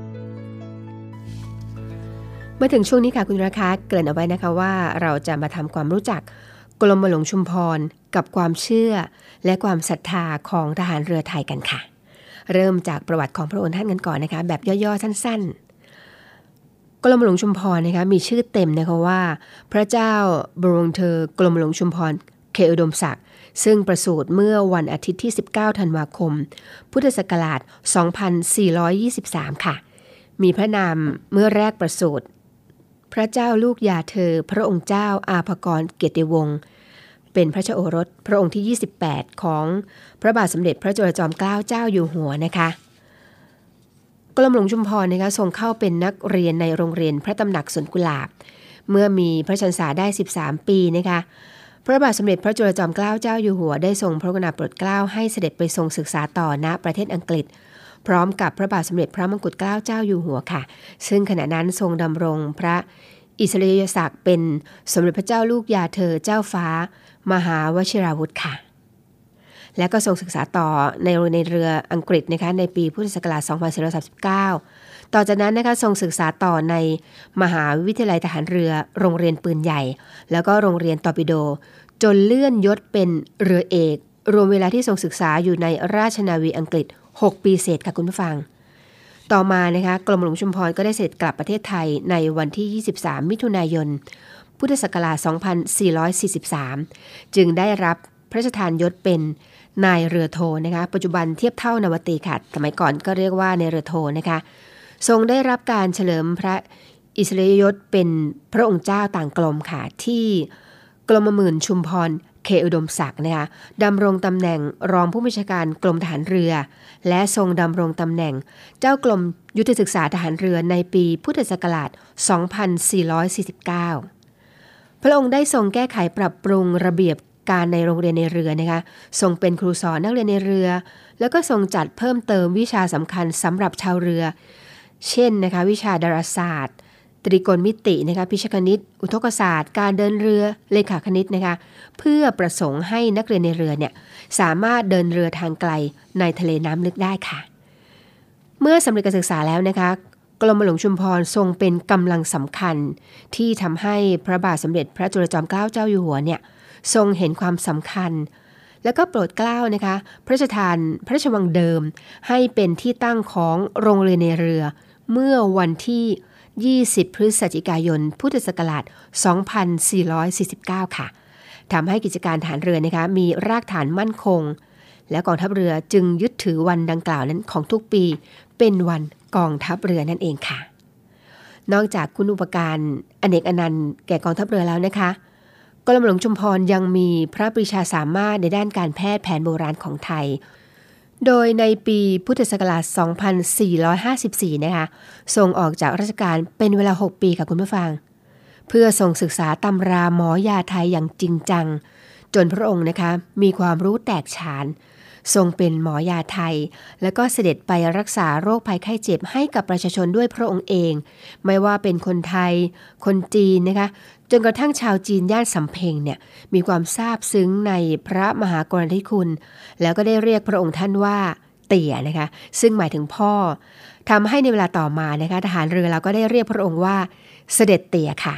มาถึงช่วงนี้ค่ะคุณราคาเกริ่นเอาไว้นะคะว่าเราจะมาทำความรู้จักกรมหลวงชุมพรกับความเชื่อและความศรัทธาของทหารเรือไทยกันค่ะเริ่มจากประวัติของพระองค์ท่านกันก่อนนะคะแบบย่อๆสั้นๆกรมหลวงชุมพรนะคะมีชื่อเต็มนะคะว่าพระเจ้าบรมเธอกรมหลวงชุมพรเขตอุดมศักดิ์ซึ่งประสูติเมื่อวันอาทิตย์ที่สิบเก้าธันวาคมพุทธศักราชสองพันสี่ร้อยยี่สิบสามค่ะมีพระนามเมื่อแรกประสูติพระเจ้าลูกยาเธอพระองค์เจ้าอาภากรเกียรติวงศ์เป็นพระเจ้าโอรสพระองค์ที่ยี่สิบแปดของพระบาทสมเด็จพระจุลจอมเกล้าเจ้าอยู่หัวนะคะกรมหลวงชุมพรนะคะทรงเข้าเป็นนักเรียนในโรงเรียนพระตำหนักสวนกุหลาบเมื่อมีพระชนษาได้สิบสามปีนะคะพระบาทสมเด็จพระจุลจอมเกล้าเจ้าอยู่หัวได้ทรงพระกรุณาโปรดเกล้าให้เสด็จไปทรงศึกษาต่อณประเทศอังกฤษพร้อมกับพระบาทสมเด็จพระมงกุฎเกล้าเจ้าอยู่หัวค่ะซึ่งขณะนั้นทรงดำรงพระอิสริยศักดิ์เป็นสมเด็จพระเจ้าลูกยาเธอเจ้าฟ้ามหาวชิราวุธค่ะและก็ทรงศึกษาต่อในในเรืออังกฤษนะคะในปีพุทธศักราชสองพันสี่ร้อยสามสิบเก้าต่อจากนั้นนะคะทรงศึกษาต่อในมหาวิทยาลัยทหารเรือโรงเรียนปืนใหญ่แล้วก็โรงเรียนตอร์ปิโดจนเลื่อนยศเป็นเรือเอกรวมเวลาที่ทรงศึกษาอยู่ในราชนาวีอังกฤษหกปีเศษค่ะคุณผู้ฟังต่อมานะคะกรมหลวงชุมพรก็ได้เสด็จกลับประเทศไทยในวันที่ยี่สิบสามมิถุนายนพุทธศักราชสองพันสี่ร้อยสี่สิบสามจึงได้รับพระราชทานยศเป็นนายเรือโทนะคะปัจจุบันเทียบเท่านาวตีค่ะสมัยก่อนก็เรียกว่าในเรือโทนะคะทรงได้รับการเฉลิมพระอิสริยยศเป็นพระองค์เจ้าต่างกรมค่ะที่กรมหมื่นชุมพรเขตอุดมศักดิ์นะคะดำรงตำแหน่งรองผู้บัญชาการกรมทหารเรือและทรงดำรงตำแหน่งเจ้ากรมยุทธศึกษาทหารเรือในปีพุทธศักราชสองพันสี่ร้อยสี่สิบเก้าพระองค์ได้ทรงแก้ไขปรับปรุงระเบียบการในโรงเรียนในเรือนะคะทรงเป็นครูสอนนักเรียนในเรือแล้วก็ทรงจัดเพิ่มเติมวิชาสำคัญสำหรับชาวเรือเช่นนะคะวิชาดาราศาสตร์ตรีโกณมิตินะคะพิชคณิตอุทกศาสตร์การเดินเรือเลขาคณิตนะคะเพื่อประสงค์ให้นักเรียนในเรือเนี่ยสามารถเดินเรือทางไกลในทะเลน้ำลึกได้ค่ะเมื่อสำเร็จการศึกษาแล้วนะคะกรมหลวงชุมพรทรงเป็นกำลังสำคัญที่ทำให้พระบาทสมเด็จพระจุลจอมเกล้าเจ้าอยู่หัวเนี่ยทรงเห็นความสำคัญแล้วก็โปรดเกล้านะคะพระราชทานพระราชวังเดิมให้เป็นที่ตั้งของโรงเรียนในเรือเมื่อวันที่ยี่สิบพฤศจิกายนพุทธศักราชสองพันสี่ร้อยสี่สิบเก้าค่ะทำให้กิจการทหารเรือนะคะมีรากฐานมั่นคงและกองทัพเรือจึงยึดถือวันดังกล่าวนั้นของทุกปีเป็นวันกองทัพเรือนั่นเองค่ะนอกจากคุณูปการอเนกอนันต์แก่กองทัพเรือแล้วนะคะกรมหลวงชุมพรยังมีพระปรีชาสามารถในด้านการแพทย์แผนโบราณของไทยโดยในปีพุทธศักราชสองพันสี่ร้อยห้าสิบสี่นะคะทรงออกจากราชการเป็นเวลาหกปีค่ะคุณผู้ฟังเพื่อทรงศึกษาตำราหมอยาไทยอย่างจริงจังจนพระองค์นะคะมีความรู้แตกฉานทรงเป็นหมอยาไทยแล้วก็เสด็จไปรักษาโรคภัยไข้เจ็บให้กับประชาชนด้วยพระองค์เองไม่ว่าเป็นคนไทยคนจีนนะคะจนกระทั่งชาวจีนย่านสำเพ็งเนี่ยมีความซาบซึ้งในพระมหากรุณาธิคุณแล้วก็ได้เรียกพระองค์ท่านว่าเตี่ยนะคะซึ่งหมายถึงพ่อทำให้ในเวลาต่อมานะคะทหารเรือเราก็ได้เรียกพระองค์ว่าเสด็จเตี่ยค่ะ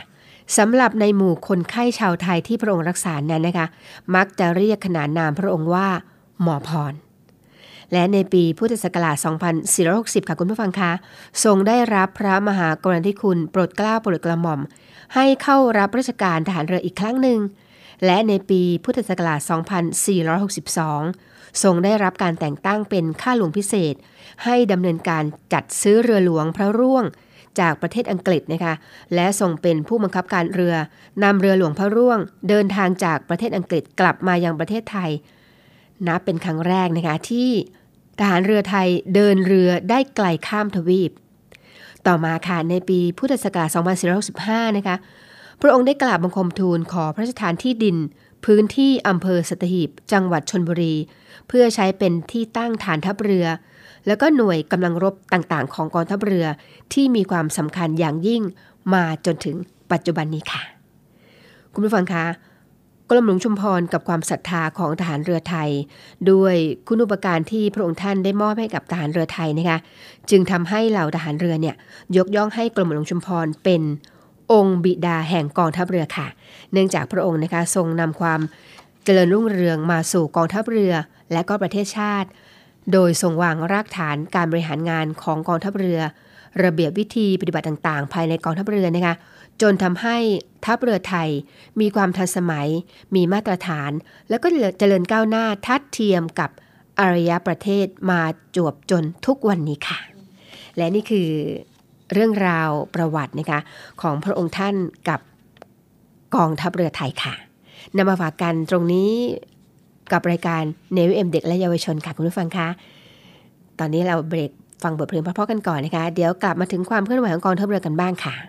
สำหรับในหมู่คนไข้ชาวไทยที่พระองค์รักษานั้นนะคะมักจะเรียกขนานนามพระองค์ว่าหมอพรและในปีพุทธศักราช สองพันสี่ร้อยหกสิบ ค่ะคุณผู้ฟังคะทรงได้รับพระมหากรุณาธิคุณโปรดเกล้าโปรดกระหม่อมให้เข้ารับราชการทหารเรืออีกครั้งหนึ่งและในปีพุทธศักราช สองพันสี่ร้อยหกสิบสอง ทรงได้รับการแต่งตั้งเป็นข้าหลวงพิเศษให้ดำเนินการจัดซื้อเรือหลวงพระร่วงจากประเทศอังกฤษนะคะและทรงเป็นผู้บังคับการเรือนำเรือหลวงพระร่วงเดินทางจากประเทศอังกฤษกลับมายังประเทศไทยนับเป็นครั้งแรกนะคะที่ทหารเรือไทยเดินเรือได้ไกลข้ามทวีปต่อมาค่ะในปีพุทธศักราช สองพันสี่ร้อยหกสิบห้า นะคะพระองค์ได้กราบบังคมทูลขอพระราชทานที่ดินพื้นที่อำเภอสัตหีบจังหวัดชลบุรีเพื่อใช้เป็นที่ตั้งฐานทัพเรือแล้วก็หน่วยกำลังรบต่างๆของกองทัพเรือที่มีความสำคัญอย่างยิ่งมาจนถึงปัจจุบันนี้ค่ะคุณผู้ฟังคะกรมหลวงชุมพรกับความศรัทธาของทหารเรือไทยด้วยคุณูปการที่พระองค์ท่านได้มอบให้กับทหารเรือไทยนะคะจึงทำให้เหล่าทหารเรือเนี่ยยกย่องให้กรมหลวงชุมพรเป็นองค์บิดาแห่งกองทัพเรือค่ะเนื่องจากพระองค์นะคะทรงนำความเจริญรุ่งเรืองมาสู่กองทัพเรือและก็ประเทศชาติโดยทรงวางรากฐานการบริหารงานของกองทัพเรือระเบียบวิธีปฏิบัติต่างๆภายในกองทัพเรือนะคะจนทำให้ทัพเรือไทยมีความทันสมัยมีมาตรฐานแล้วก็เจริญก้าวหน้าทัดเทียมกับอารยประเทศมาจวบจนทุกวันนี้ค่ะและนี่คือเรื่องราวประวัตินะคะของพระองค์ท่านกับกองทัพเรือไทยค่ะนำมาฝากกันตรงนี้กับรายการ เนวิ เอ็ม เด็กและเยาวชนค่ะคุณผู้ฟังคะตอนนี้เราเบรกฟังบทเพลงเพราะๆกันก่อนนะคะเดี๋ยวกลับมาถึงความเคลื่อนไหวของกองทัพเรือกันบ้างค่ะ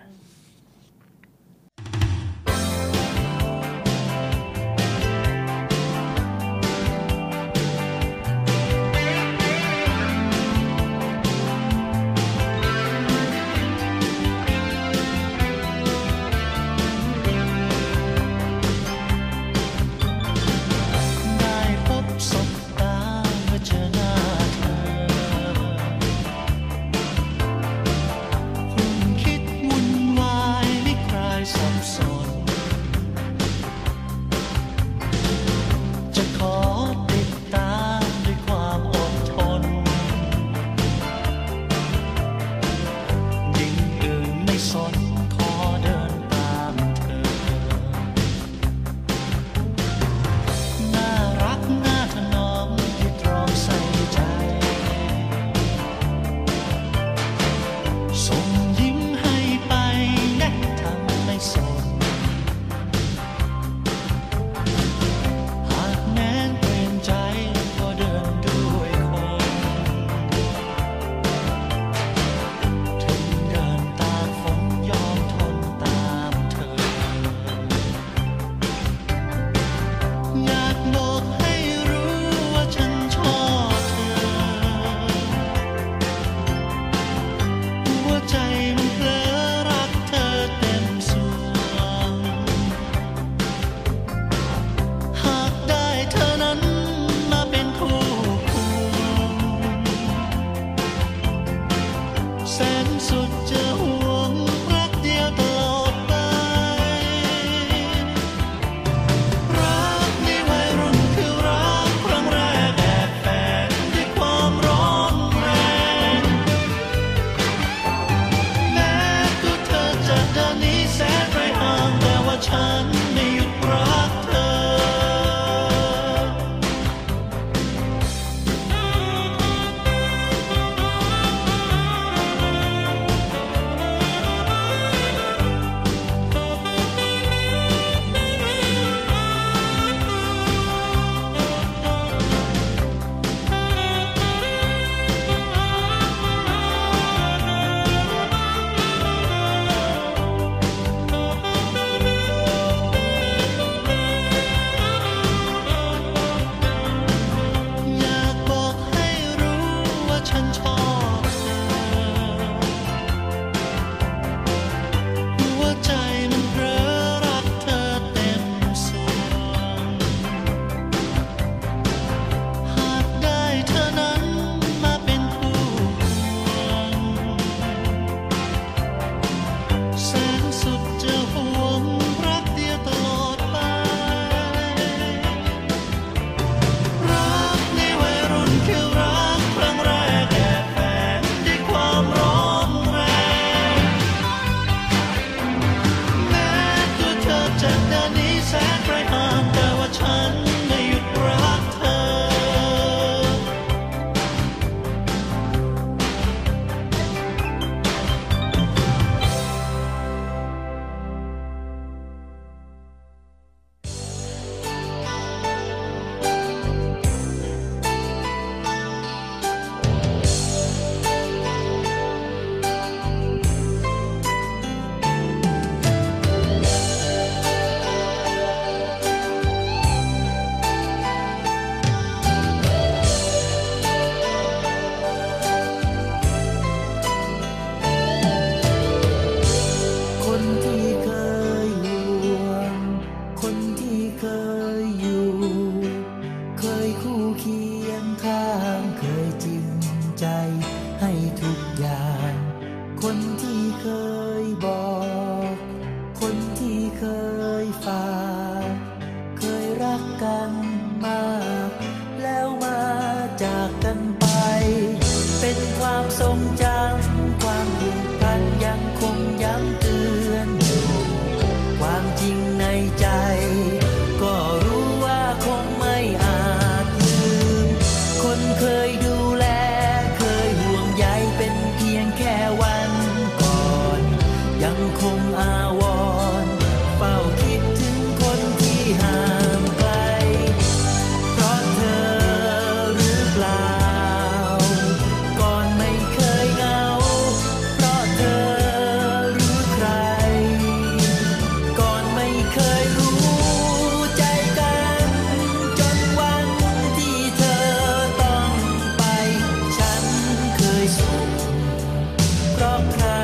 ทุกอย่างคนที่เคยบอกคนที่เคยฝากเคยรักกันมากแล้วมาจากกันไปเป็นความทรงจำความผูกพันยังคงย้ำเตือนอยู่ความจริงในใจก็รู้ว่าคงไม่อาจลืมคนเคยดูแลเคยห่วงใยเป็นเพียงแค่วันก่อนยังคงอาวรณ์เฝ้าคิดถึงคนที่ห่างไกลเพราะเธอหรือเปล่าก่อนไม่เคยเหงาเพราะเธอหรือใครก่อนไม่เคยรู้ใจกันจนวันที่เธอต้องไปฉันเคยสุขเพราะใคร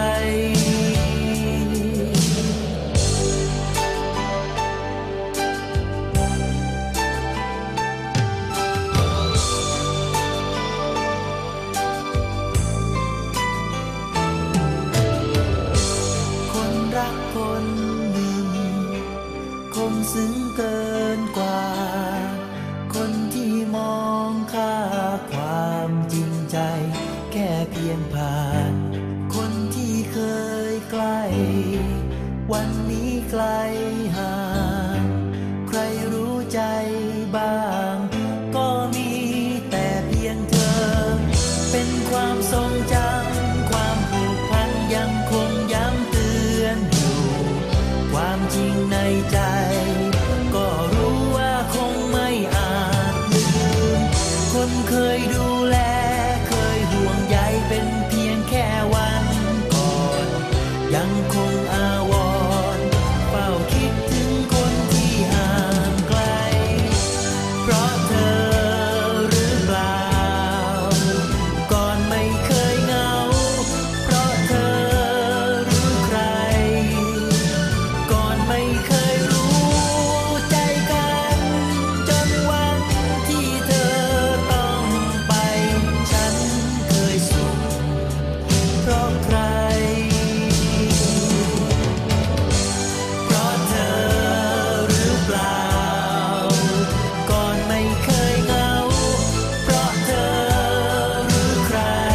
คนรักคนหนึ่งคงซึ้งเกินกว่าคนที่มองค่าความจริงใจแค่เพียงผ่านคนที่เคยใกล้วันนี้ไกลห่างใครรู้ใจบ้างก็มีแต่เพียงเธอเป็นความทรงจำความผูกพันยังคงย้ำเตือนอยู่ความจริงในใจก็รู้ว่าคงไม่อาจลืมคนเคยดูแลเคยห่วงใยเป็นเพียงแค่วันก่อนยังคงอาวรณ์เฝ้าคิดถึงคนที่ห่างไกลเพราะเธอหรือเปล่าก่อนไม่เคยเหงาเพราะเธอหรือใครก่อนไม่เคยรู้ใจกันจนวันที่เธอต้องไปฉันเคยสุขเพราะใครเพราะเธอหรือเปล่าก่อนไม่เคยเหงาเพราะเธอหรือใคร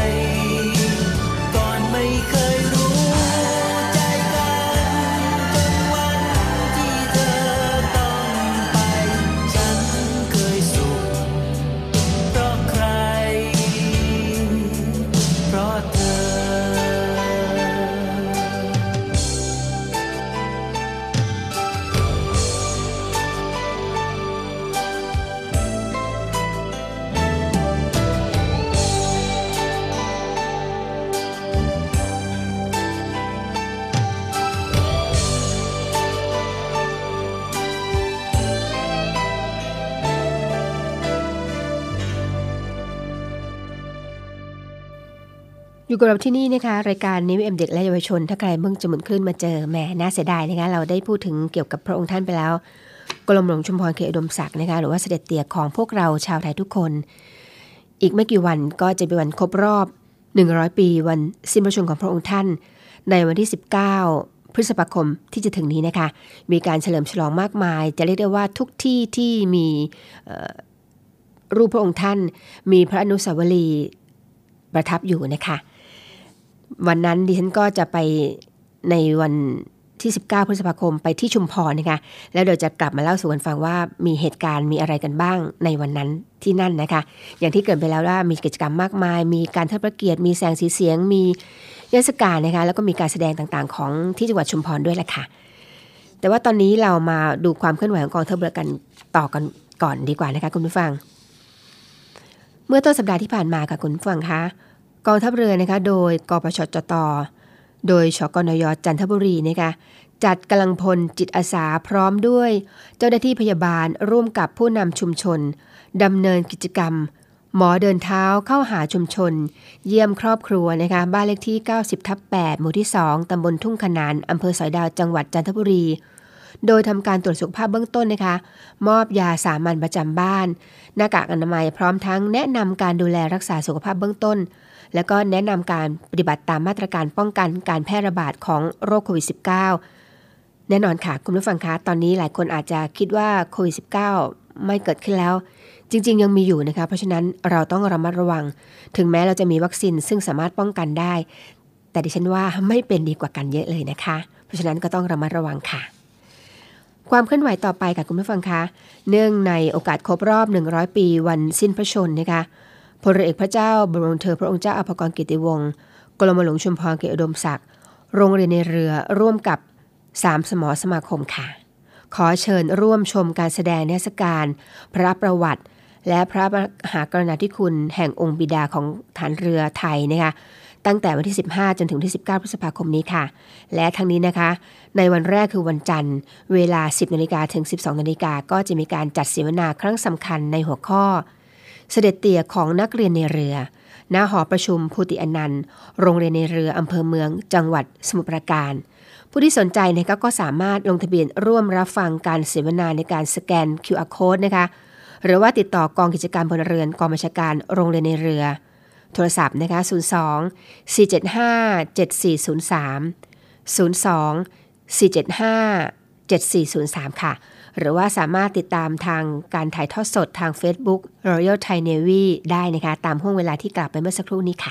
ก่อนไม่เคยรู้ใจกันจนวันที่เธอต้องไปฉันเคยสุขเพราะใครเพราะเธออยู่กับเราที่นี่นะคะรายการ New เอ็ม เด็กและเยาวชนถ้าใครเพิ่งจะหมุนคลื่นมาเจอแหมน่าเสียดายนะคะเราได้พูดถึงเกี่ยวกับพระองค์ท่านไปแล้วกรมหลวงชุมพรเขตอุดมศักดิ์นะคะหรือว่าเสด็จเตี่ยของพวกเราชาวไทยทุกคนอีกไม่กี่วันก็จะเป็นวันครบรอบหนึ่งร้อยปีวันสิ้นพระชนม์ของพระองค์ท่านในวันที่สิบเก้าพฤษภาคมที่จะถึงนี้นะคะมีการเฉลิมฉลองมากมายจะเรียกได้ว่าทุกที่ที่มีรูปพระองค์ท่านมีพระอนุสาวรีย์ประทับอยู่นะคะวันนั้นดิฉันก็จะไปในวันที่สิบเก้าพฤษภาคมไปที่ชุมพรนะคะแล้วเดี๋ยวจะกลับมาเล่าสู่กันฟังว่ามีเหตุการณ์มีอะไรกันบ้างในวันนั้นที่นั่นนะคะอย่างที่เกริ่นไปแล้วว่ามีกิจกรรมมากมายมีการเทิดพระเกียรติมีแสงสีเสียงมีนิทรรศการนะคะแล้วก็มีการแสดงต่างๆของที่จังหวัดชุมพรด้วยแหละค่ะแต่ว่าตอนนี้เรามาดูความเคลื่อนไหวของกองทัพเรือกันต่อกันก่อนดีกว่านะคะคุณผู้ฟังเมื่อต้นสัปดาห์ที่ผ่านมาค่ะคุณผู้ฟังคะกองทัพเรือนะคะโดยกปชจต.โดยชกนย.จันทบุรีนะคะจัดกำลังพลจิตอาสาพร้อมด้วยเจ้าหน้าที่พยาบาลร่วมกับผู้นำชุมชนดำเนินกิจกรรมหมอเดินเท้าเข้าหาชุมชนเยี่ยมครอบครัวนะคะบ้านเลขที่ เก้าสิบทับแปด หมู่ที่สองตำบลทุ่งขนานอำเภอสอยดาวจังหวัดจันทบุรีโดยทำการตรวจสุขภาพเบื้องต้นนะคะมอบยาสามัญประจำบ้านหน้ากากอนามัยพร้อมทั้งแนะนำการดูแลรักษาสุขภาพเบื้องต้นแล้วก็แนะนำการปฏิบัติตามมาตรการป้องกันการแพร่ระบาดของโรคโควิด สิบเก้า แน่นอนค่ะคุณผู้ฟังคะตอนนี้หลายคนอาจจะคิดว่าโควิด สิบเก้า ไม่เกิดขึ้นแล้วจริงๆยังมีอยู่นะคะเพราะฉะนั้นเราต้องระมัดระวังถึงแม้เราจะมีวัคซีนซึ่งสามารถป้องกันได้แต่ดิฉันว่าไม่เป็นดีกว่ากันเยอะเลยนะคะเพราะฉะนั้นก็ต้องระมัดระวังค่ะความเคลื่อนไหวต่อไปค่ะคุณผู้ฟังคะเนื่องในโอกาสครบรอบหนึ่งร้อยปีวันสิ้นพระชนม์นะคะพลเรือเอกพระเจ้าบรมเธอพระองค์เจ้าอภากรเกียรติวงศ์กรมหลวงชุมพรเกียรติอุดมศักดิ์โรงเรียนในเรือร่วมกับสามสมสมาคมค่ะขอเชิญร่วมชมการแสดงนิทรรศการพระประวัติและพระมหากรุณาธิคุณแห่งองค์บิดาของฐานเรือไทยนะคะตั้งแต่วันที่สิบห้าจนถึงที่สิบเก้าพฤษภาคมนี้ค่ะและทั้งนี้นะคะในวันแรกคือวันจันทร์เวลา สิบนาฬิกา ถึง สิบสองนาฬิกาก็จะมีการจัดเสวนาครั้งสำคัญในหัวข้อเสด็จเตี่ยของนักเรียนในเรือณหอประชุมภูติอนันต์โรงเรียนในเรืออำเภอเมืองจังหวัดสมุทรปราการผู้ที่สนใจนะคะก็สามารถลงทะเบียนร่วมรับฟังการเสวนาในการสแกน คิว อาร์ Code นะคะหรือว่าติดต่อกองกิจการพลเรือนกองบัญชาการโรงเรียนในเรือโทรศัพท์นะคะศูนย์ สอง สี่ เจ็ด ห้า เจ็ด สี่ ศูนย์ สาม ศูนย์ สอง สี่ เจ็ด ห้า เจ็ด สี่ ศูนย์ สามค่ะหรือว่าสามารถติดตามทางการถ่ายทอดสดทาง Facebook Royal Thai Navy ได้นะคะตามห้วงเวลาที่กล่าวไปเมื่อสักครู่นี้ค่ะ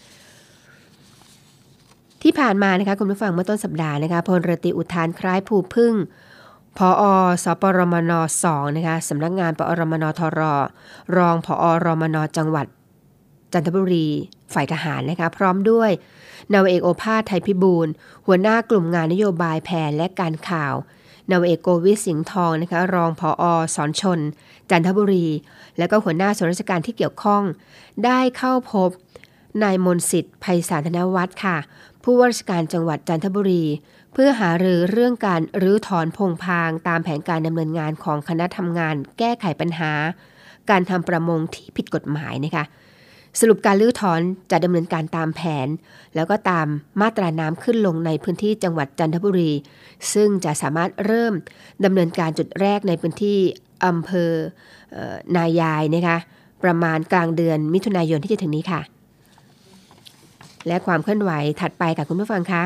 ที่ผ่านมานะคะคุณผู้ฟังเมื่อต้นสัปดาห์นะคะพลเรือตรีอุทานคล้ายภูพึ่งผอ.สปรมน. สองนะคะสำนักงานปรมนทรรองผอ.รมน.จังหวัดจันทบุรีฝ่ายทหารนะคะพร้อมด้วยนาวาเอกโอภาสไทยพิบูลย์หัวหน้ากลุ่มงานนโยบายแผนและการข่าวนาวาเอกโกวิทสิงห์ทองนะคะรองผอ.สอนชนจันทบุรีแล้วก็หัวหน้าส่วนราชการที่เกี่ยวข้องได้เข้าพบนายมนต์สิทธิ์ไพศาลธนวัฒน์ค่ะผู้ว่าราชการจังหวัดจันทบุรีเพื่อหารือเรื่องการรื้อถอนพงพางตามแผนการดำเนินงานของคณะทำงานแก้ไขปัญหาการทำประมงที่ผิดกฎหมายนะคะสรุปการรื้อถอนจะดำเนินการตามแผนแล้วก็ตามมาตราน้ำขึ้นลงในพื้นที่จังหวัดจันทบุรีซึ่งจะสามารถเริ่มดำเนินการจุดแรกในพื้นที่อำเภอนายายนะคะประมาณกลางเดือนมิถุนายนที่จะถึงนี้ค่ะและความเคลื่อนไหวถัดไปกับคุณผู้ฟังคะ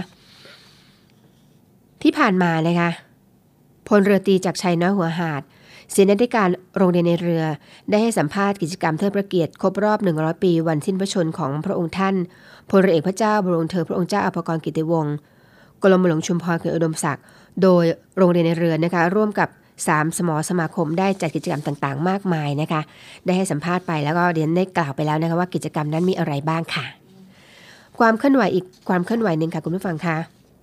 ที่ผ่านมานะคะพลเรือตรีจักรชัยน้อยหัวหาดเสนาธิการโรงเรียนในเรือได้ให้สัมภาษณ์กิจกรรมเทิดพระเกียรติครบรอบหนึ่งร้อยปีวันสิ้นพระชนม์ของพระองค์ท่านพลเรือเอกพระเจ้าบรมเธอพระองค์เจ้าอภากรเกียรติวงศ์กรมหลวงชุมพรเกียรติอุดมศักดิ์โดยโรงเรียนในเรือนะคะร่วมกับสามสมสมาคมได้จัดกิจกรรมต่างๆมากมายนะคะได้ให้สัมภาษณ์ไปแล้วก็เรียนได้กล่าวไปแล้วนะคะว่ากิจกรรมนั้นมีอะไรบ้างค่ะความเคลื่อนไหวอีกความเคลื่อนไหวหนึ่งค่ะคุณผู้ฟังคะ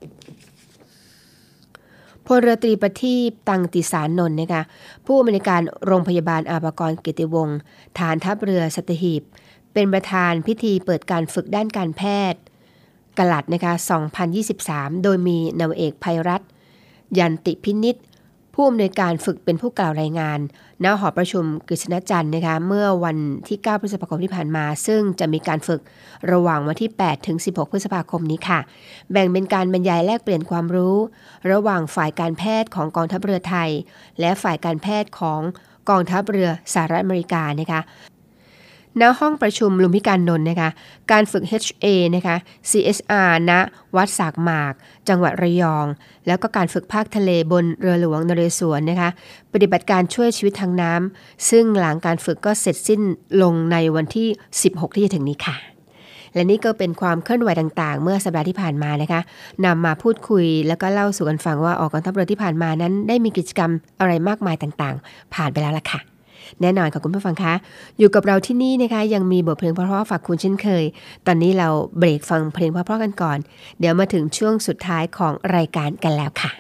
พลเรือตรีประทีปตังติสานนท์นะคะผู้อำนวยการโรงพยาบาลอาภากรเกียรติวงศ์ฐานทัพเรือสัตหีบเป็นประธานพิธีเปิดการฝึกด้านการแพทย์กลัดนะคะสองพันยี่สิบสามโดยมีนาวาเอกไพรัตน์ยันติพินิจผู้อำนวยการฝึกเป็นผู้กล่าวรายงานณหอประชุมกฤษณจันทร์นะคะเมื่อวันที่เก้าพฤษภาคมที่ผ่านมาซึ่งจะมีการฝึกระหว่างวันที่แปดถึงสิบหกพฤษภาคมนี้ค่ะแบ่งเป็นการบรรยายแลกเปลี่ยนความรู้ระหว่างฝ่ายการแพทย์ของกองทัพเรือไทยและฝ่ายการแพทย์ของกองทัพเรือสหรัฐอเมริกานะคะณห้องประชุมลุมพิการนนท์นะคะการฝึก เอช เอ นะคะ ซี เอส อาร์ ณวัดสากหมากจังหวัดระยองแล้วก็การฝึกภาคทะเลบนเรือหลวงนเรศวรนะคะปฏิบัติการช่วยชีวิตทางน้ำซึ่งหลังการฝึกก็เสร็จสิ้นลงในวันที่สิบหกที่จะถึงนี้ค่ะและนี่ก็เป็นความเคลื่อนไหวต่างๆเมื่อสัปดาห์ที่ผ่านมานะคะนำมาพูดคุยแล้วก็เล่าสู่กันฟังว่าออกกองทัพเรือที่ผ่านมานั้นได้มีกิจกรรมอะไรมากมายต่างๆผ่านไปแล้วล่ะค่ะแน่นอนค่ะคุณผู้ฟังคะอยู่กับเราที่นี่นะคะยังมีบทเพลงเพราะๆฝากคุณเช่นเคยตอนนี้เราเบรกฟังเพลงเพราะๆกันก่อนเดี๋ยวมาถึงช่วงสุดท้ายของรายการกันแล้วค่ะ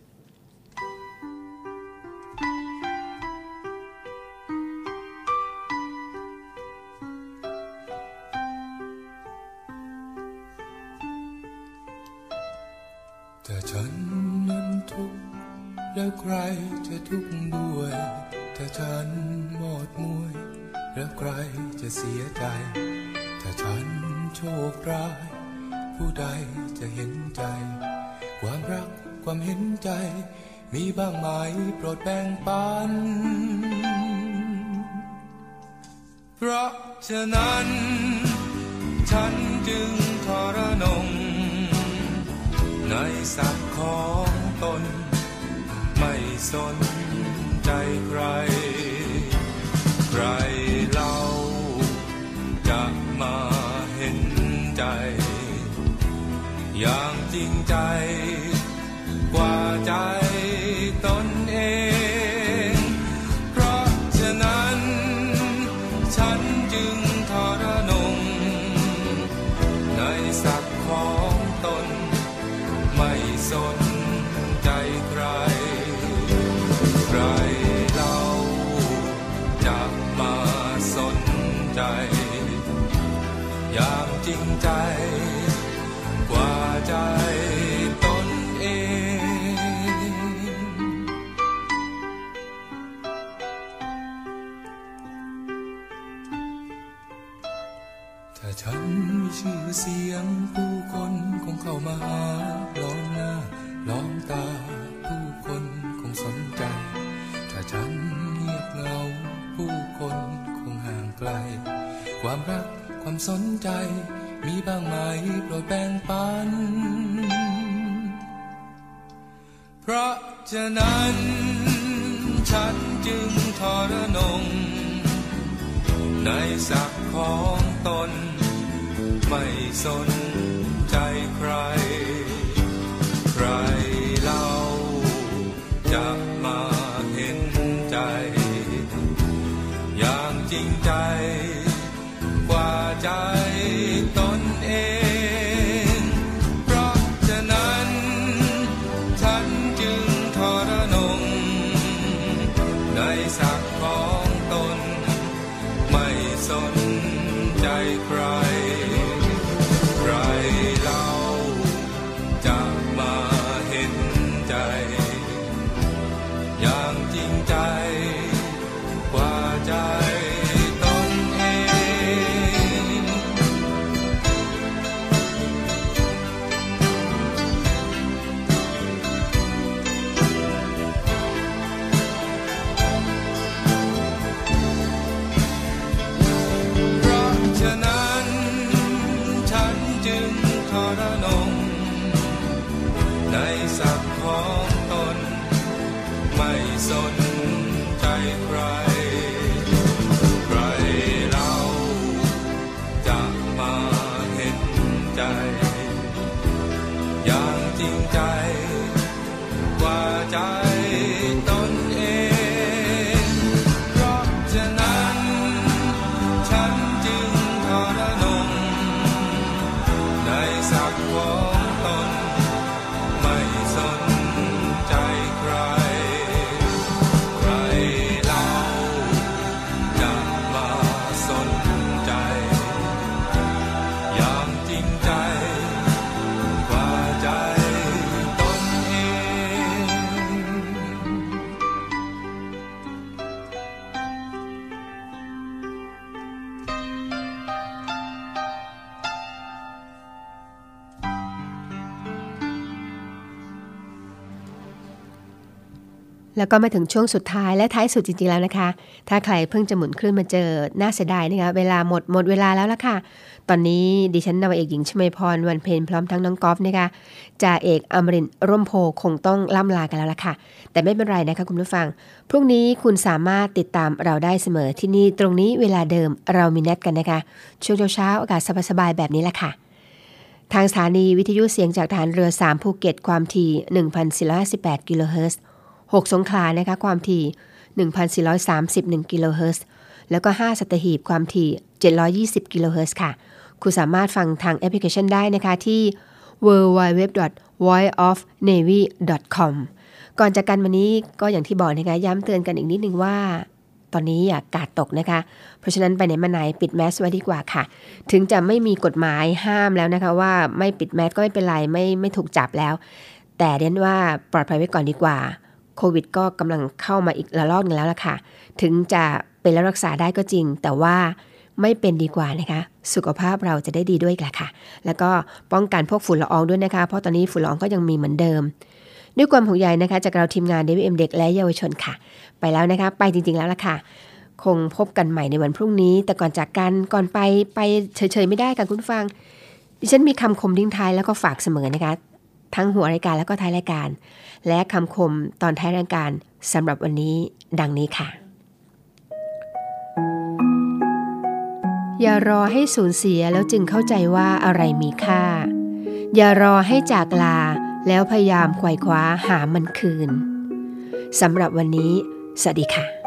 แต่ฉันนั้นทุกข์แล้วใครจะทุกข์ด้วยถ้าฉันหมดมวยแล้วใครจะเสียใจถ้าฉันโชคร้ายผู้ใดจะเห็นใจความรักความเห็นใจมีบ้างไหมโปรดแบ่งปันเพราะฉะนั้นฉันจึงทรนงในศักดิ์ของตนไม่สนใจใครใครเล่าจะมาเห็นใจอย่างจริงใจกว่าใจตนเองเพราะฉะนั้นฉันจึงทรนงในศักดิ์ของตนไม่สนใจใครใครเล่าจะมาสนใจอย่างจริงใจกว่าใจตนเองถ้าฉันมีชื่อเสียงผู้คนคงเข้ามาหาล้อมหน้าล้อมตาผู้คนคงสนใจถ้าฉันเงียบเหงาผู้คนคงห่างไกลความรักความสนใจมีบ้างไหมโปรดแบ่งปันเพราะฉะนั้นฉันจึงทรนงในศักดิ์ของตนไม่สนใจใครใครเล่าจะมาเห็นใจอย่างจริงใจกว่าใจตนเองเพราะฉะนั้นฉันจึงทรนงในศักดิ์ของตนไม่สนใจใครใครเล่าจะมาเห็นใจอย่างจริงใจกว่าใจในศักดิ์ของตนไม่สนใจใครใครเล่าจะมาเห็นใจอย่างจริงใจกว่าใจตนเองเพราะฉะนั้นฉันจึงทรนงในศักดิ์ของตนไม่สนใจใครใครเล่าจะมาสนใจอย่างจริงใจกว่าใจตนเองแล้วก็มาถึงช่วงสุดท้ายและท้ายสุดจริงๆแล้วนะคะถ้าใครเพิ่งจะหมุนคลื่นมาเจอน่าเสียดายนะคะเวลาหมดหมดเวลาแล้วล่ะค่ะตอนนี้ดิฉันนาวาเอกหญิงชมาพรวันเพ็ญพร้อมทั้งน้องกอล์ฟนะคะจ่าเอกอมรินทร์ร่มโพคงต้องล่ำลากันแล้วล่ะค่ะแต่ไม่เป็นไรนะคะคุณผู้ฟังพรุ่งนี้คุณสามารถติดตามเราได้เสมอที่นี่ตรงนี้เวลาเดิมเรามีนัดกันนะคะช่วงเช้าๆอากาศสบายๆแบบนี้แหละค่ะทางสถานีวิทยุเสียงจากฐานเรือสามภูเก็ตความถี่ หนึ่งพันสี่ร้อยห้าสิบแปด กิโลเฮิรตซ์หกสงขลานะคะความถี่ หนึ่งพันสี่ร้อยสามสิบเอ็ด กิโลเฮิรตซ์แล้วก็ห้าสัตหีบความถี่เจ็ดร้อยยี่สิบกิโลเฮิรตซ์ค่ะคุณสามารถฟังทางแอปพลิเคชันได้นะคะที่ ดับเบิลยู ดับเบิลยู ดับเบิลยู ดอท วอยซ์ ออฟ เนวี ดอท คอม ก่อนจากกันวันนี้ก็อย่างที่บอกนะคะย้ำเตือนกันอีกนิดนึงว่าตอนนี้อย่ากาดตกนะคะเพราะฉะนั้นไปไหนมาไหนปิดแมสไว้ดีกว่าค่ะถึงจะไม่มีกฎหมายห้ามแล้วนะคะว่าไม่ปิดแมสก็ไม่เป็นไรไม่ไม่ถูกจับแล้วแต่เรียนว่าปลอดภัยไว้ก่อนดีกว่าโควิดก็กำลังเข้ามาอีกระลอกนึงแล้วล่ะค่ะถึงจะเป็นแล้วรักษาได้ก็จริงแต่ว่าไม่เป็นดีกว่านะคะสุขภาพเราจะได้ดีด้วยแหละค่ะแล้วก็ป้องกันพวกฝุ่นละอองด้วยนะคะเพราะตอนนี้ฝุ่นละอองก็ยังมีเหมือนเดิมด้วยความห่วงใยนะคะจากเราทีมงาน ดี วี เอ็ม เด็กและเยาวชนค่ะไปแล้วนะคะไปจริงๆแล้วล่ะค่ะคงพบกันใหม่ในวันพรุ่งนี้แต่ก่อนจากกันก่อนไปไปเฉยๆไม่ได้ค่ะคุณฟังดิฉันมีคำคมทิ้งท้ายแล้วก็ฝากเสมอนะคะทั้งหัวรายการแล้วก็ท้ายรายการและคำคมตอนท้ายรายการสำหรับวันนี้ดังนี้ค่ะอย่ารอให้สูญเสียแล้วจึงเข้าใจว่าอะไรมีค่าอย่ารอให้จากลาแล้วพยายามไขว่คว้าหามันคืนสำหรับวันนี้สวัสดีค่ะ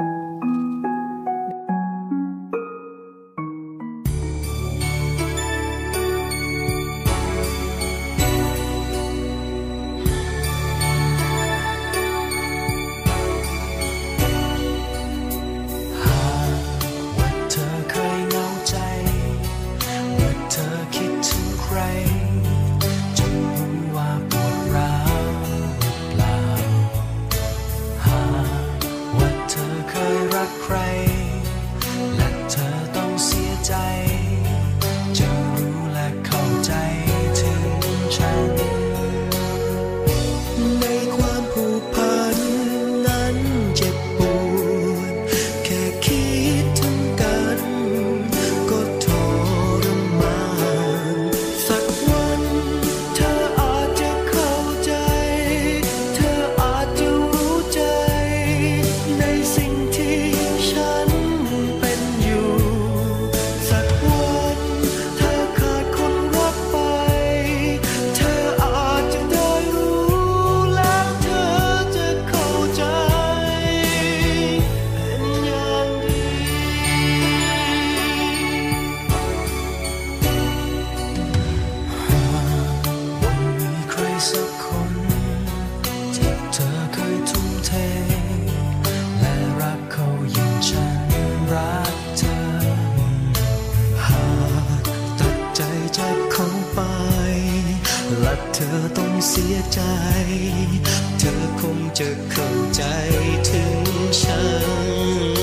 เธอต้องเสียใจเธอคงจะเข้าใจถึงฉัน